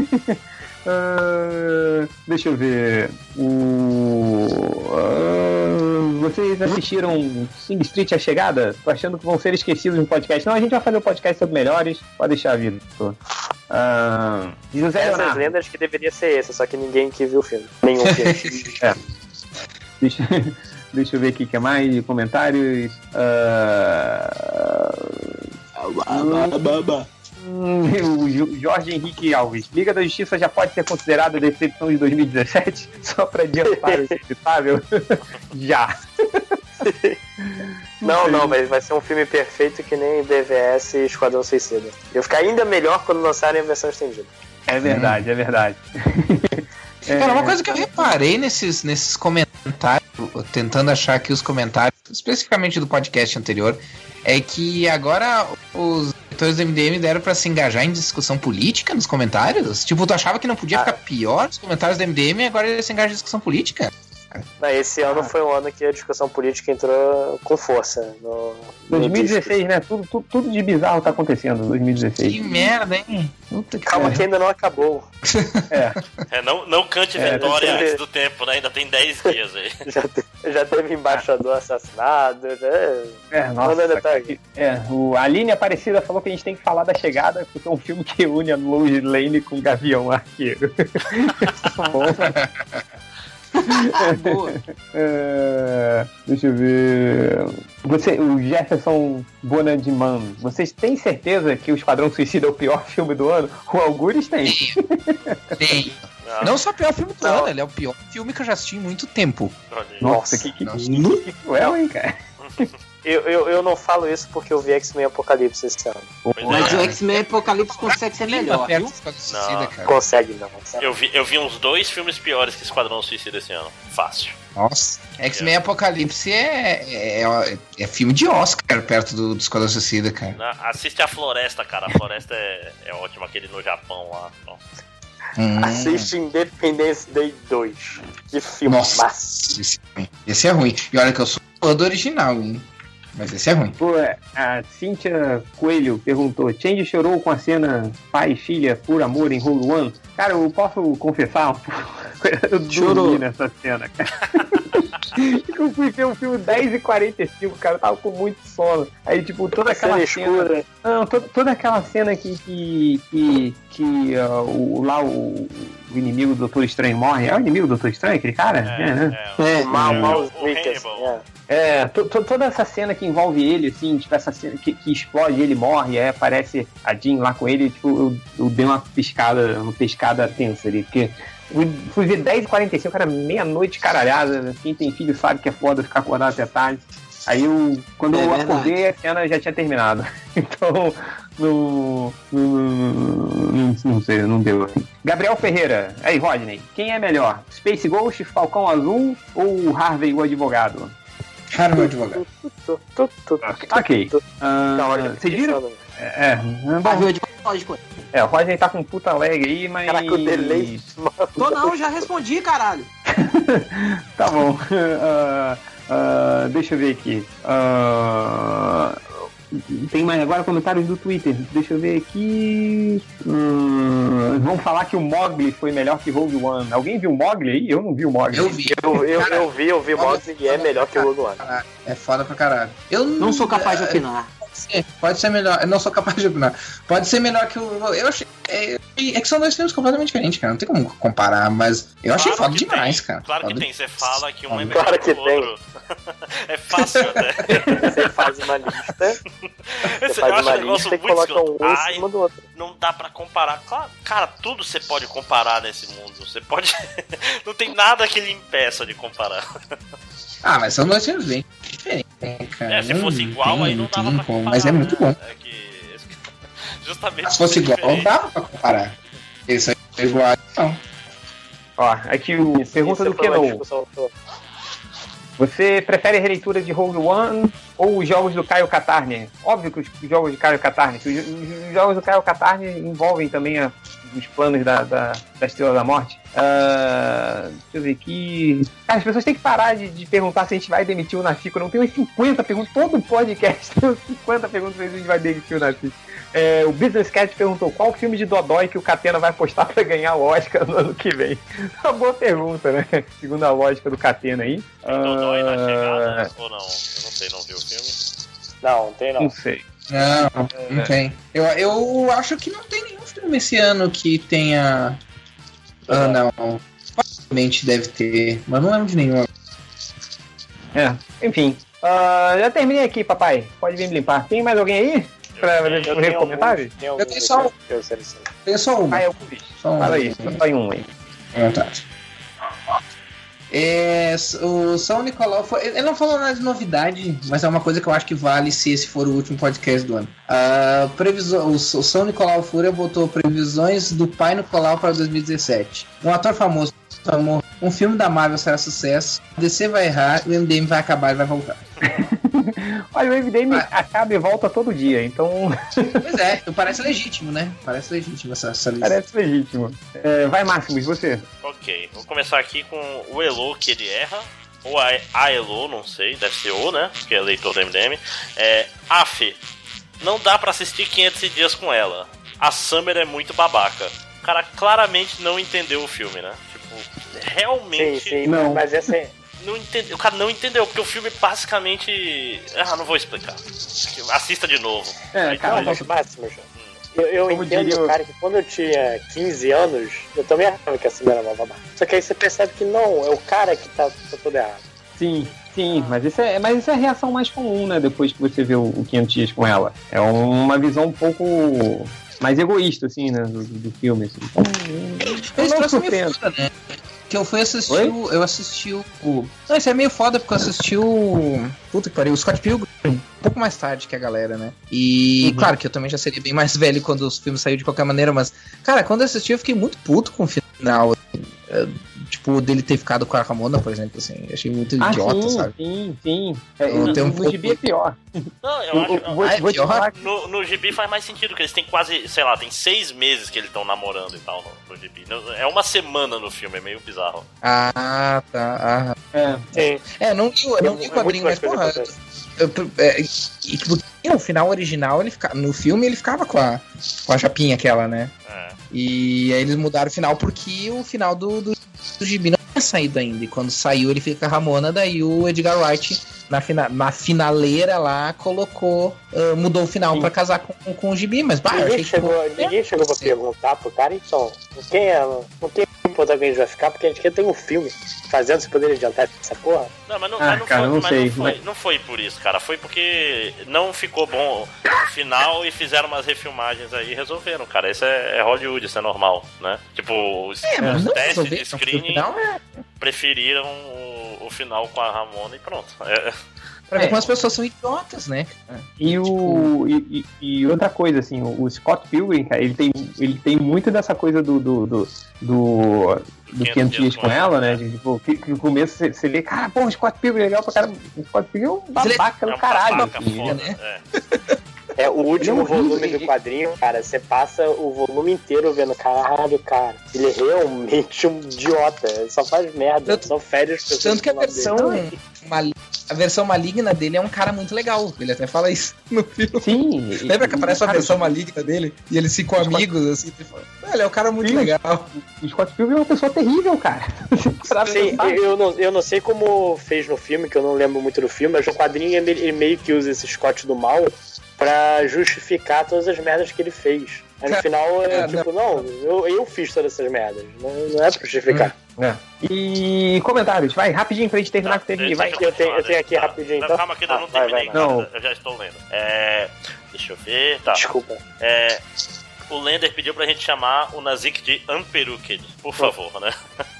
Ah, deixa eu ver. O, ah, vocês assistiram Sing Street A Chegada? Tô achando que vão ser esquecidos no podcast. Não, a gente vai fazer um podcast sobre melhores. Pode deixar a vida. Ah, José Essas Leonardo. lendas que deveria ser esse, só que ninguém que viu o filme. Nenhum filme. Deixa, deixa eu ver aqui o que é mais de comentários. Ah, hum, o Jo- Jorge Henrique Alves. Liga da Justiça já pode ser considerada a decepção de dois mil e dezessete? Só para adiantar o inevitável? Já. Não, não, vai, vai ser um filme perfeito que nem B V S e Esquadrão Suicida. E vai ficar ainda melhor quando lançarem a versão estendida. É verdade, é verdade. Cara, uma coisa que eu reparei nesses, nesses comentários, tentando achar aqui os comentários, especificamente do podcast anterior, é que agora os leitores do M D M deram pra se engajar em discussão política nos comentários. Tipo, tu achava que não podia Ah. ficar pior nos comentários do M D M e agora eles se engajam em discussão política? Não, esse ano foi um ano que a discussão política entrou com força. No, no dois mil e dezesseis, disco. né? Tudo, tudo, tudo de bizarro tá acontecendo em dois mil e dezesseis. Que merda, hein? Puta que Calma que pariu. ainda não acabou. É, não, não cante É, vitória deve- antes do tempo, né? Ainda tem dez dias aí. Já, te- já teve embaixador assassinado. Já... É, Manda nossa. detalhe. É, o Aline Aparecida falou que a gente tem que falar da Chegada, porque é um filme que une a Lois Lane com o Gavião Arqueiro. Bom. Boa. É, deixa eu ver. Você, o Jefferson Bonadiman, vocês têm certeza que o Esquadrão Suicida é o pior filme do ano? O Algures tem. Tem. Não só o pior filme do Não. ano, ele é o pior filme que eu já assisti em muito tempo. Nossa, que que Nossa. que cruel, hein, cara? Eu, eu, eu não falo isso porque eu vi X-Men Apocalipse esse ano. Mas é. o X-Men Apocalipse consegue ser melhor, Perto viu? do Esquadrão Suicida, Não. cara. Consegue não. sabe? Eu vi, eu vi uns dois filmes piores que Esquadrão Suicida esse ano. Fácil. Nossa, X-Men Apocalipse é, é, é filme de Oscar perto do, do Esquadrão Suicida, cara. Na- assiste a Floresta, cara. A Floresta é, é ótima, aquele no Japão lá. Então. Hum. Assiste Independence Day dois. Que filme Nossa, massa. esse, é ruim. Esse é ruim. E olha que eu sou fã do original, hein? Mas esse é ruim. Pô, a Cíntia Coelho perguntou: Change chorou com a cena pai e filha por amor em Rogue One? Cara, eu posso confessar, eu dormi Chorou. nessa cena, cara. Eu fui ver o filme dez e quarenta e cinco, cara, eu tava com muito sono. Aí, tipo, toda aquela Cena cena. escura. Não, to- toda aquela cena que. que, que, que uh, o, lá o, o inimigo do Doutor Estranho morre. É o inimigo do Doutor Estranho, aquele cara? É, né? é, É, Mal, É, mal, o- o Mikkelsen, Hannibal. é. É, to- to- toda essa cena que envolve ele, assim, tipo, essa cena que, que explode, ele morre, aí aparece a Jean lá com ele, tipo, eu, eu dei uma piscada, uma pescada tensa ali, porque eu fui ver dez e quarenta e cinco, era meia-noite caralhada, quem tem filho sabe que é foda ficar acordado até tarde. Aí eu, quando É eu verdade. acordei, a cena já tinha terminado. Então, não, não, não, não sei, não deu. Gabriel Ferreira, aí Rodney, quem é melhor? Space Ghost, Falcão Azul ou Harvey o Advogado? Cara, meu advogado. Tu, tu, tu, Ok. tu. Ah, Tá, olha, vocês viram? pensando. É, é, Ah, bom, viu de lógico. é, o Rodney tá com puta lag aí, mas. Caraca, o delay. Tô não, já respondi, caralho. Tá bom. Ah, ah, deixa eu ver aqui. Ah, tem mais agora comentários do Twitter. Deixa eu ver aqui. Hum, vamos falar que o Mogli foi melhor que Rogue One. Alguém viu o Mogli aí? Eu não vi o Mogli. Eu vi. Eu, eu, Cara, eu vi, eu vi Mogli e é melhor que o Rogue One. Caralho, é foda pra caralho. Eu Não sou capaz de é, opinar. Pode ser, pode ser melhor. Eu não sou capaz de opinar. Pode ser melhor que o. Eu achei. É, é que são dois filmes completamente diferentes, cara. Não tem como comparar, mas eu achei Claro foda que demais, tem. cara. Claro que Foda tem. Você fala que um é Claro melhor que que o outro. É fácil até. Você faz uma lista, você Esse- faz eu acho uma um negócio lista e muito coloca um escroto. um em Ai, cima do outro. não dá pra comparar. Claro, cara, tudo você pode comparar nesse mundo. Você pode. Não tem nada que lhe impeça de comparar. Ah, mas são dois filmes bem diferentes, cara. É, se fosse Não igual, tem- aí não dava tem pra como, comparar. Mas é muito bom. né? É que. Justamente. Se fosse por ser igual, diferente. dava pra comparar. Isso aí é igual. Não. Ó, aqui o pergunta Isso do foi uma Kenou. discussão toda. Você prefere a releitura de Rogue One ou os jogos do Caio Katarni? Óbvio que os jogos de Caio Katarni, que os, os jogos do Caio Katarni envolvem também a, os planos da, da, da Estrela da Morte. Uh, deixa eu ver aqui. Cara, as pessoas têm que parar de, de perguntar se a gente vai demitir o Nafico. Eu não tenho umas cinquenta perguntas. Todo podcast tem umas cinquenta perguntas se a gente vai demitir o Nafico. É, o Business Cat perguntou qual filme de Dodói que o Catena vai postar pra ganhar o Oscar no ano que vem. Uma boa pergunta, né? Segundo a lógica do Catena aí. Tem Dodói na Ah, chegada ou não? Eu não sei, não vi o filme. Não, tem não. Não sei. Não, não tem. Eu, eu acho que não tem nenhum filme esse ano que tenha. Ah, não. Provavelmente deve ter, mas não lembro de nenhum. É, enfim. Ah, já terminei aqui, papai. Pode vir me limpar. Tem mais alguém aí? Pra Eu ler Eu ler tenho comentários? alguns, tem alguns Eu tenho só um. que eu selecionei. Tem só uma. Ah, é o Luiz. Só um. Fala aí, só em um aí. À vontade. É, o São Nicolau foi, ele não falou nada de novidade, mas é uma coisa que eu acho que vale se esse for o último podcast do ano. A previsão, o São Nicolau Fúria botou previsões do Pai Nicolau para dois mil e dezessete. Um ator famoso, um filme da Marvel será sucesso, a D C vai errar, o M D M vai acabar e vai voltar. Olha, o M D M Ah. acaba e volta todo dia, então Pois é, parece legítimo, né? Parece legítimo essa, essa lista. parece legítimo. É, vai, Máximos, você. Ok, vou começar aqui com o Elo que ele erra. Ou a, a Elo, não sei, deve ser O, né? Porque é leitor do M D M. É, Af, não dá pra assistir quinhentos dias com ela. A Summer é muito babaca. O cara claramente não entendeu o filme, né? Tipo, Sim, realmente. sim, Não. mas essa é. Não entende, o cara não entendeu, porque o filme basicamente. Ah, não vou explicar. Assista de novo. É, Aí cara, depois- Máximo, já. Hum. Eu, eu Como entendo, diria o- cara, que quando eu tinha quinze anos, eu também achava que a cena era uma babaca. Só que aí você percebe que não, é o cara que tá, tá todo errado. Sim, sim, mas isso, é, mas isso é a reação mais comum, né? Depois que você vê o, o quinhentos dias com ela. É uma visão um pouco mais egoísta, assim, né? Do, do filme. Assim. Esse não troço é meio surpreendo. foda, né? Que eu fui assistir Oi? o. Eu assisti o. Não, isso é meio foda porque eu assisti o. Puta que pariu, o Scott Pilgrim um pouco mais tarde que a galera, né? E Uhum. claro que eu também já seria bem mais velho quando os filmes saíram de qualquer maneira, mas, cara, quando eu assisti eu fiquei muito puto com o final. Assim, é, tipo, dele ter ficado com a Ramona, por exemplo, assim. Eu achei muito Ah, idiota, sim, sabe? sim, sim. É, Eu o, tenho um o pouco- gibi é pior. Não, eu Eu- acho. eu vou, Ah, é vou te pior? falar que No, no gibi faz mais sentido, que eles têm quase, sei lá, tem seis meses que eles estão namorando e tal no, no gibi. No- É uma semana no filme, é meio bizarro. Ah, tá. Ah. é, Sim. É, não li, eu não li É o quadrinho, mas, muito mais porra. coisa que Eu, é, e, tipo, no final original, ele fica, no filme, ele ficava com a, com a chapinha aquela, né? É. E aí eles mudaram o final porque o final do, do, do gibi não tinha saído ainda. E quando saiu, ele fica com a Ramona, daí o Edgar Wright, na, fina, na finaleira lá, colocou, uh, mudou o final Sim. pra casar com, com o gibi. Mas, bah, eu Ninguém achei chegou, tipo, ninguém chegou pra sim. perguntar pro cara, então, não tem, não tem importância que a gente vai ficar, porque a gente quer ter um filme fazendo, você poderia adiantar essa porra. Não, mas não, Ah, mas não cara, foi, não mas sei, não, foi, mas- não foi por isso, cara. Foi porque não ficou bom o final e fizeram umas refilmagens aí e resolveram, cara. Isso é, é Hollywood, isso é normal, né? Tipo, os, É, mas os não testes de resolveram, porque o screening final é... preferiram o, o final com a Ramona e pronto. É, Pra ver É. como as pessoas são idiotas, né? E, o, e, e- e outra coisa, assim, o, o Scott Pilgrim, cara, ele tem, ele tem muito dessa coisa do, do, do, do, do quinhentos dias com ela, né? De, tipo, que, que no começo você, você vê, cara, pô, o Scott Pilgrim é legal pra caramba. O Scott Pilgrim é um babaca é do um caralho. babaca assim, foda, né? é. É, o último Ele é horrível, volume ele- do quadrinho, cara, você passa o volume inteiro vendo, caralho, cara, ele é realmente um idiota, ele só faz merda, Tanto- só fere as pessoas. Tanto que a do lado versão, dele. mali- a versão maligna dele é um cara muito legal. Ele até fala isso no filme. Sim. Lembra que aparece a cara, versão maligna dele? E eles ficam Scott- amigos, assim. Ele fala, "Ah, ele é um cara muito Sim. legal." O Scott Pilgrim é uma pessoa terrível, cara. Você parar pra Sim, pensar. eu não, eu não sei como fez no filme, que eu não lembro muito do filme, mas no quadrinho ele, ele meio que usa esse Scott do mal pra justificar todas as merdas que ele fez. Aí no É, final é, é, tipo, não, eu, eu fiz todas essas merdas, não, não é pra justificar. É. E comentários, vai, rapidinho pra gente terminar com o T V, vai. deixa Eu tenho- eu tenho aqui Tá. rapidinho, Não, então. calma que eu ainda não Ah, vai, terminei, vai, vai. cara, Não. eu já estou lendo. É, deixa eu ver, tá. Desculpa. É, o Lender pediu pra gente chamar o Nazik de Unperuked, por favor, né?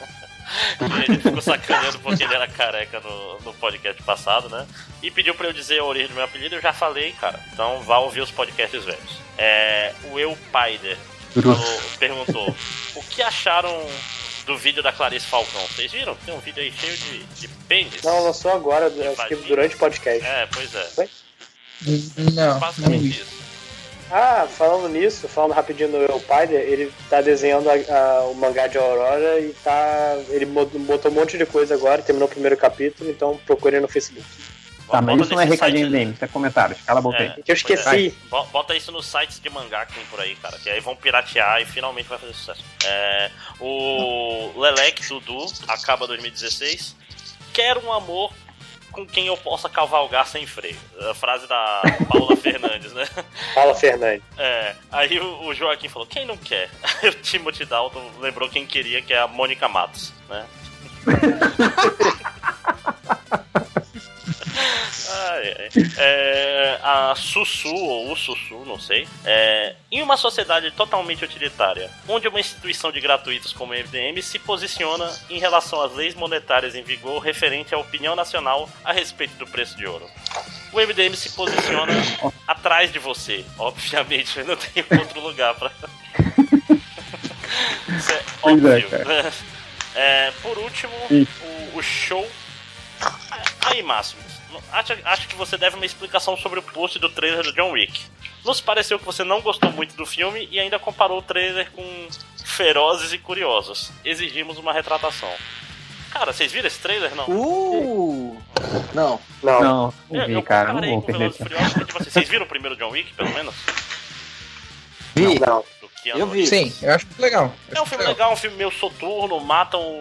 A gente ficou sacaneando porque ele era careca no, no podcast passado, né? E pediu pra eu dizer a origem do meu apelido, eu já falei, cara. Então vá ouvir os podcasts velhos. É, o Eu Paider falou, perguntou: o que acharam do vídeo da Clarice Falcão? Vocês viram? Tem um vídeo aí cheio de, de pênis. Não, lançou agora, acho que Vagina. durante o podcast. É, pois é. Não, não Basicamente vi. isso. Ah, falando nisso, falando rapidinho do El Pider, ele tá desenhando a- a- o mangá de Aurora e tá. Ele botou botou um monte de coisa agora, terminou o primeiro capítulo, então procure no Facebook. Tá, mas Bota isso não é nesse recadinho site- dele, isso é comentários. Cala a boca aí. É. Que eu esqueci. Bo- Bota isso nos sites de mangá que tem por aí, cara. Que aí vão piratear e finalmente vai fazer sucesso. É, o Lelec Dudu, acaba dois mil e dezesseis. Quero um amor com quem eu possa cavalgar sem freio. A frase da Paula Fernandes, né? Fala, Fernandes. É, aí o, o Joaquim falou, quem não quer? Aí o Timothy Dalton lembrou quem queria, que é a Mônica Matos, né? Ai, ai. É, a Sussu, ou o Sussu, não sei. É, em uma sociedade totalmente utilitária, onde uma instituição de gratuitos como o M D M se posiciona em relação às leis monetárias em vigor referente à opinião nacional a respeito do preço de ouro. O M D M se posiciona atrás de você. Obviamente, não tem outro lugar pra... Isso é Pois é, óbvio. cara. É, por último, Isso. o, o show... Aí, Máximo, acho, acho que você deve uma explicação sobre o post do trailer do John Wick. Nos pareceu que você não gostou muito do filme e ainda comparou o trailer com Ferozes e Curiosos. Exigimos uma retratação. Cara, vocês viram esse trailer, não? Uh! Não. Não. Não, Eu, não vi, eu cara, não comparei vou com perder Velozes e tempo. Furiosos, porque, tipo assim, vocês viram o primeiro John Wick, pelo menos? Vi. Não. Do Keanu Eu vi. Sim, eu acho muito legal. É um filme legal, um filme meio soturno, matam o,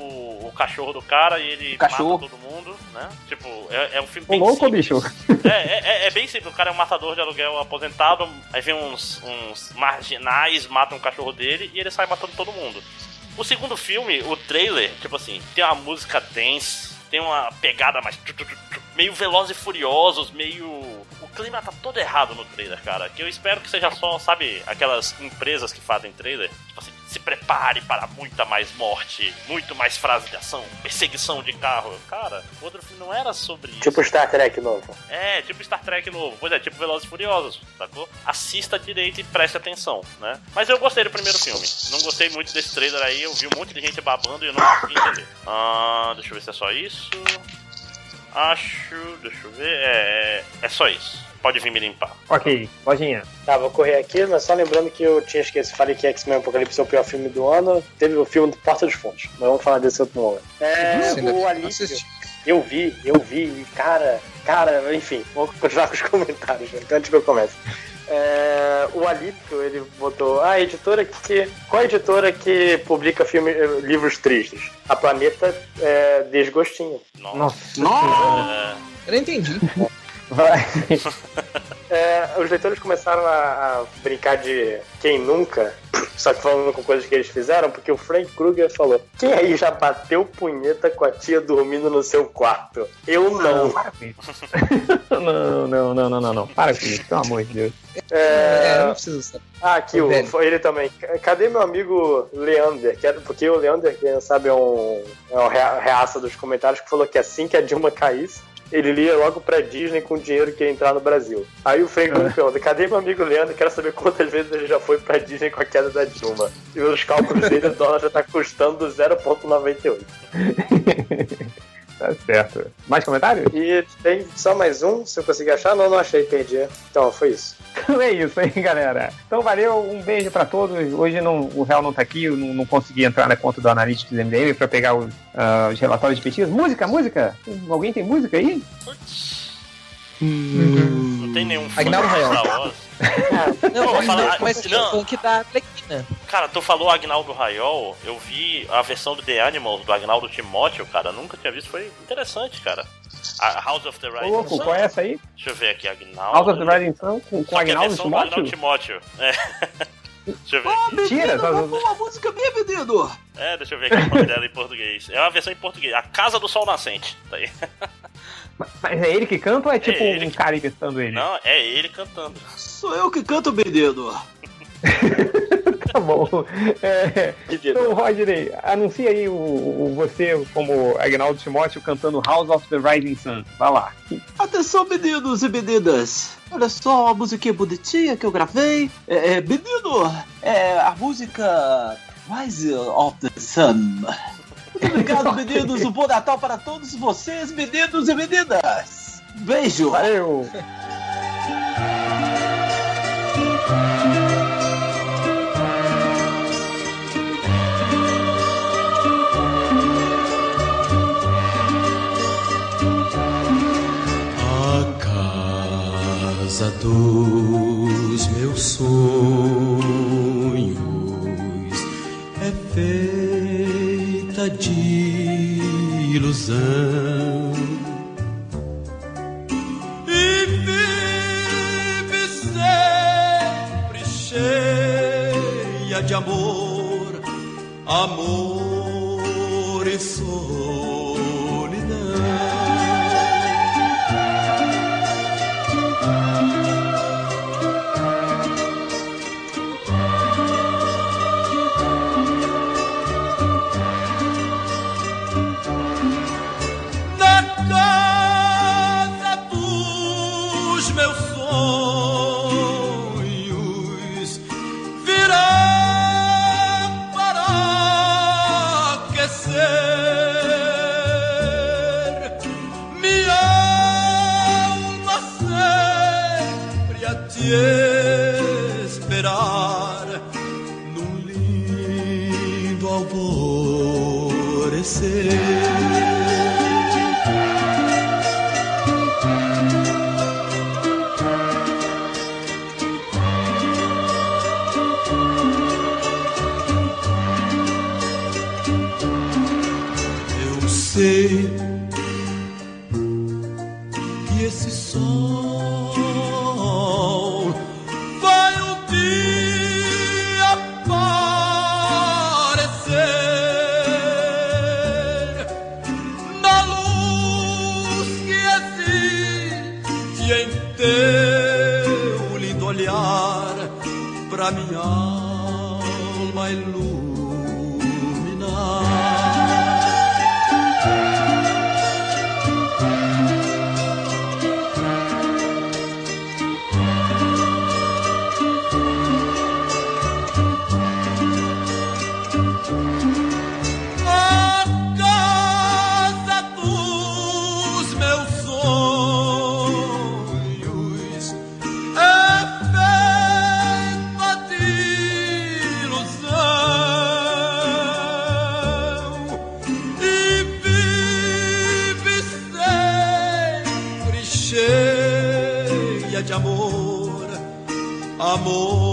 o cachorro do cara e ele Cachorro. mata todo mundo, né? Tipo, é, é um filme Ô, bem louco, simples. bicho. É, é, é bem simples, o cara é um matador de aluguel aposentado, aí vem uns, uns marginais, matam o cachorro dele e ele sai matando todo mundo. O segundo filme, o trailer, tipo assim, tem uma música dance, tem uma pegada mais meio Velozes e Furiosos, meio... O clima tá todo errado no trailer, cara. Que eu espero que seja só, sabe, aquelas empresas que fazem trailer, tipo assim, se prepare para muita mais morte, muito mais frase de ação, perseguição de carro. Cara, o outro filme não era sobre isso. Tipo Star Trek novo. É, tipo Star Trek novo. Pois é, tipo Velozes e Furiosos, sacou? Assista direito e preste atenção, né? Mas eu gostei do primeiro filme. Não gostei muito desse trailer aí. Eu vi um monte de gente babando e eu não consegui entender. Ah, deixa eu ver se é só isso. Acho... Deixa eu ver... É, é só isso. Pode vir me limpar. Ok, lojinha. Tá, vou correr aqui, mas só lembrando que eu tinha esquecido, falei que X-Men Apocalipse é o pior filme do ano. Teve o filme do Porta dos Fundos, mas vamos falar desse outro momento. É, o Alívio. Eu vi, eu vi, e cara, cara, enfim, vou continuar com os comentários, né, antes que eu comece. É, o Alívio, ele botou, ah, a editora que... Qual a editora que publica filme, livros tristes? A Planeta é, Desgostinho. Nossa. É, Eu não entendi. Vai. É, os leitores começaram a, a brincar de quem nunca, só que falando com coisas que eles fizeram, porque o Frank Krueger falou: quem aí já bateu punheta com a tia dormindo no seu quarto? Eu não. Para com isso. Não, não, não, não, não, não. Para com isso, pelo amor de Deus. É... É, não preciso saber. Ah, aqui, o, foi ele também. Cadê meu amigo Leander? Que era, porque o Leander, quem não sabe, é um, é um rea- reaça dos comentários, que falou que assim que a Dilma caísse, ele lia logo pra Disney com o dinheiro que ia entrar no Brasil. Aí o Frank me pergunta: cadê meu amigo Leandro? Quero saber quantas vezes ele já foi pra Disney com a queda da Dilma. E pelos cálculos dele, o dólar já tá custando zero vírgula noventa e oito. Tá certo. Mais comentários? E tem só mais um, se eu conseguir achar. Não, não achei, perdi. Então, foi isso. Então é isso aí, galera. Então valeu, um beijo pra todos. Hoje não, o Real não tá aqui, eu não, não consegui entrar na conta do Analytics M D M pra pegar os, uh, os relatórios de pesquisa. Música, música? Alguém tem música aí? Hum. não tem nenhum fã Agnaldo de Raiol. Star Wars. Não, Não, mas, fala- mas não. o funk da Arlequina. Cara, tu falou Agnaldo Raiol, eu vi a versão do The Animals do Agnaldo Timóteo, cara, nunca tinha visto, foi interessante, cara. A House of the Ô, Rising louco, Sun. qual é essa aí? Deixa eu ver aqui, Agnaldo. House of the Rising Sun com, com Só que a Agnaldo versão do Agnaldo Timóteo? Timóteo. É. Deixa eu ver. Ô, Mentira, menino, tá- vamos uma música minha, menino. É, deixa eu ver aqui o nome dela em português. É uma versão em português. A Casa do Sol Nascente. Tá aí. Mas é ele que canta ou é tipo ele um que- cara imitando ele? Não, é ele cantando. Sou eu que canto, menino. Tá bom. É, então, Rodney, anuncia aí o, o- você como Agnaldo Timóteo cantando House of the Rising Sun. Vai lá. Atenção, meninos e meninas. Olha só a musiquinha bonitinha que eu gravei. É, é, menino, é a música Rise of the Sun. Muito obrigado, meninos. Um bom Natal para todos vocês, meninos e meninas. Beijo. Valeu! A casa dos meus sonhos é feita de ilusão e vive sempre cheia de amor, amor e solidão. Na casa dos meus sonhos virá para aquecer minha alma sempre a te esperar num lindo alvorecer. sei que esse sol vai um dia aparecer na luz que existe em teu lindo olhar pra minha alma iluminar. Amor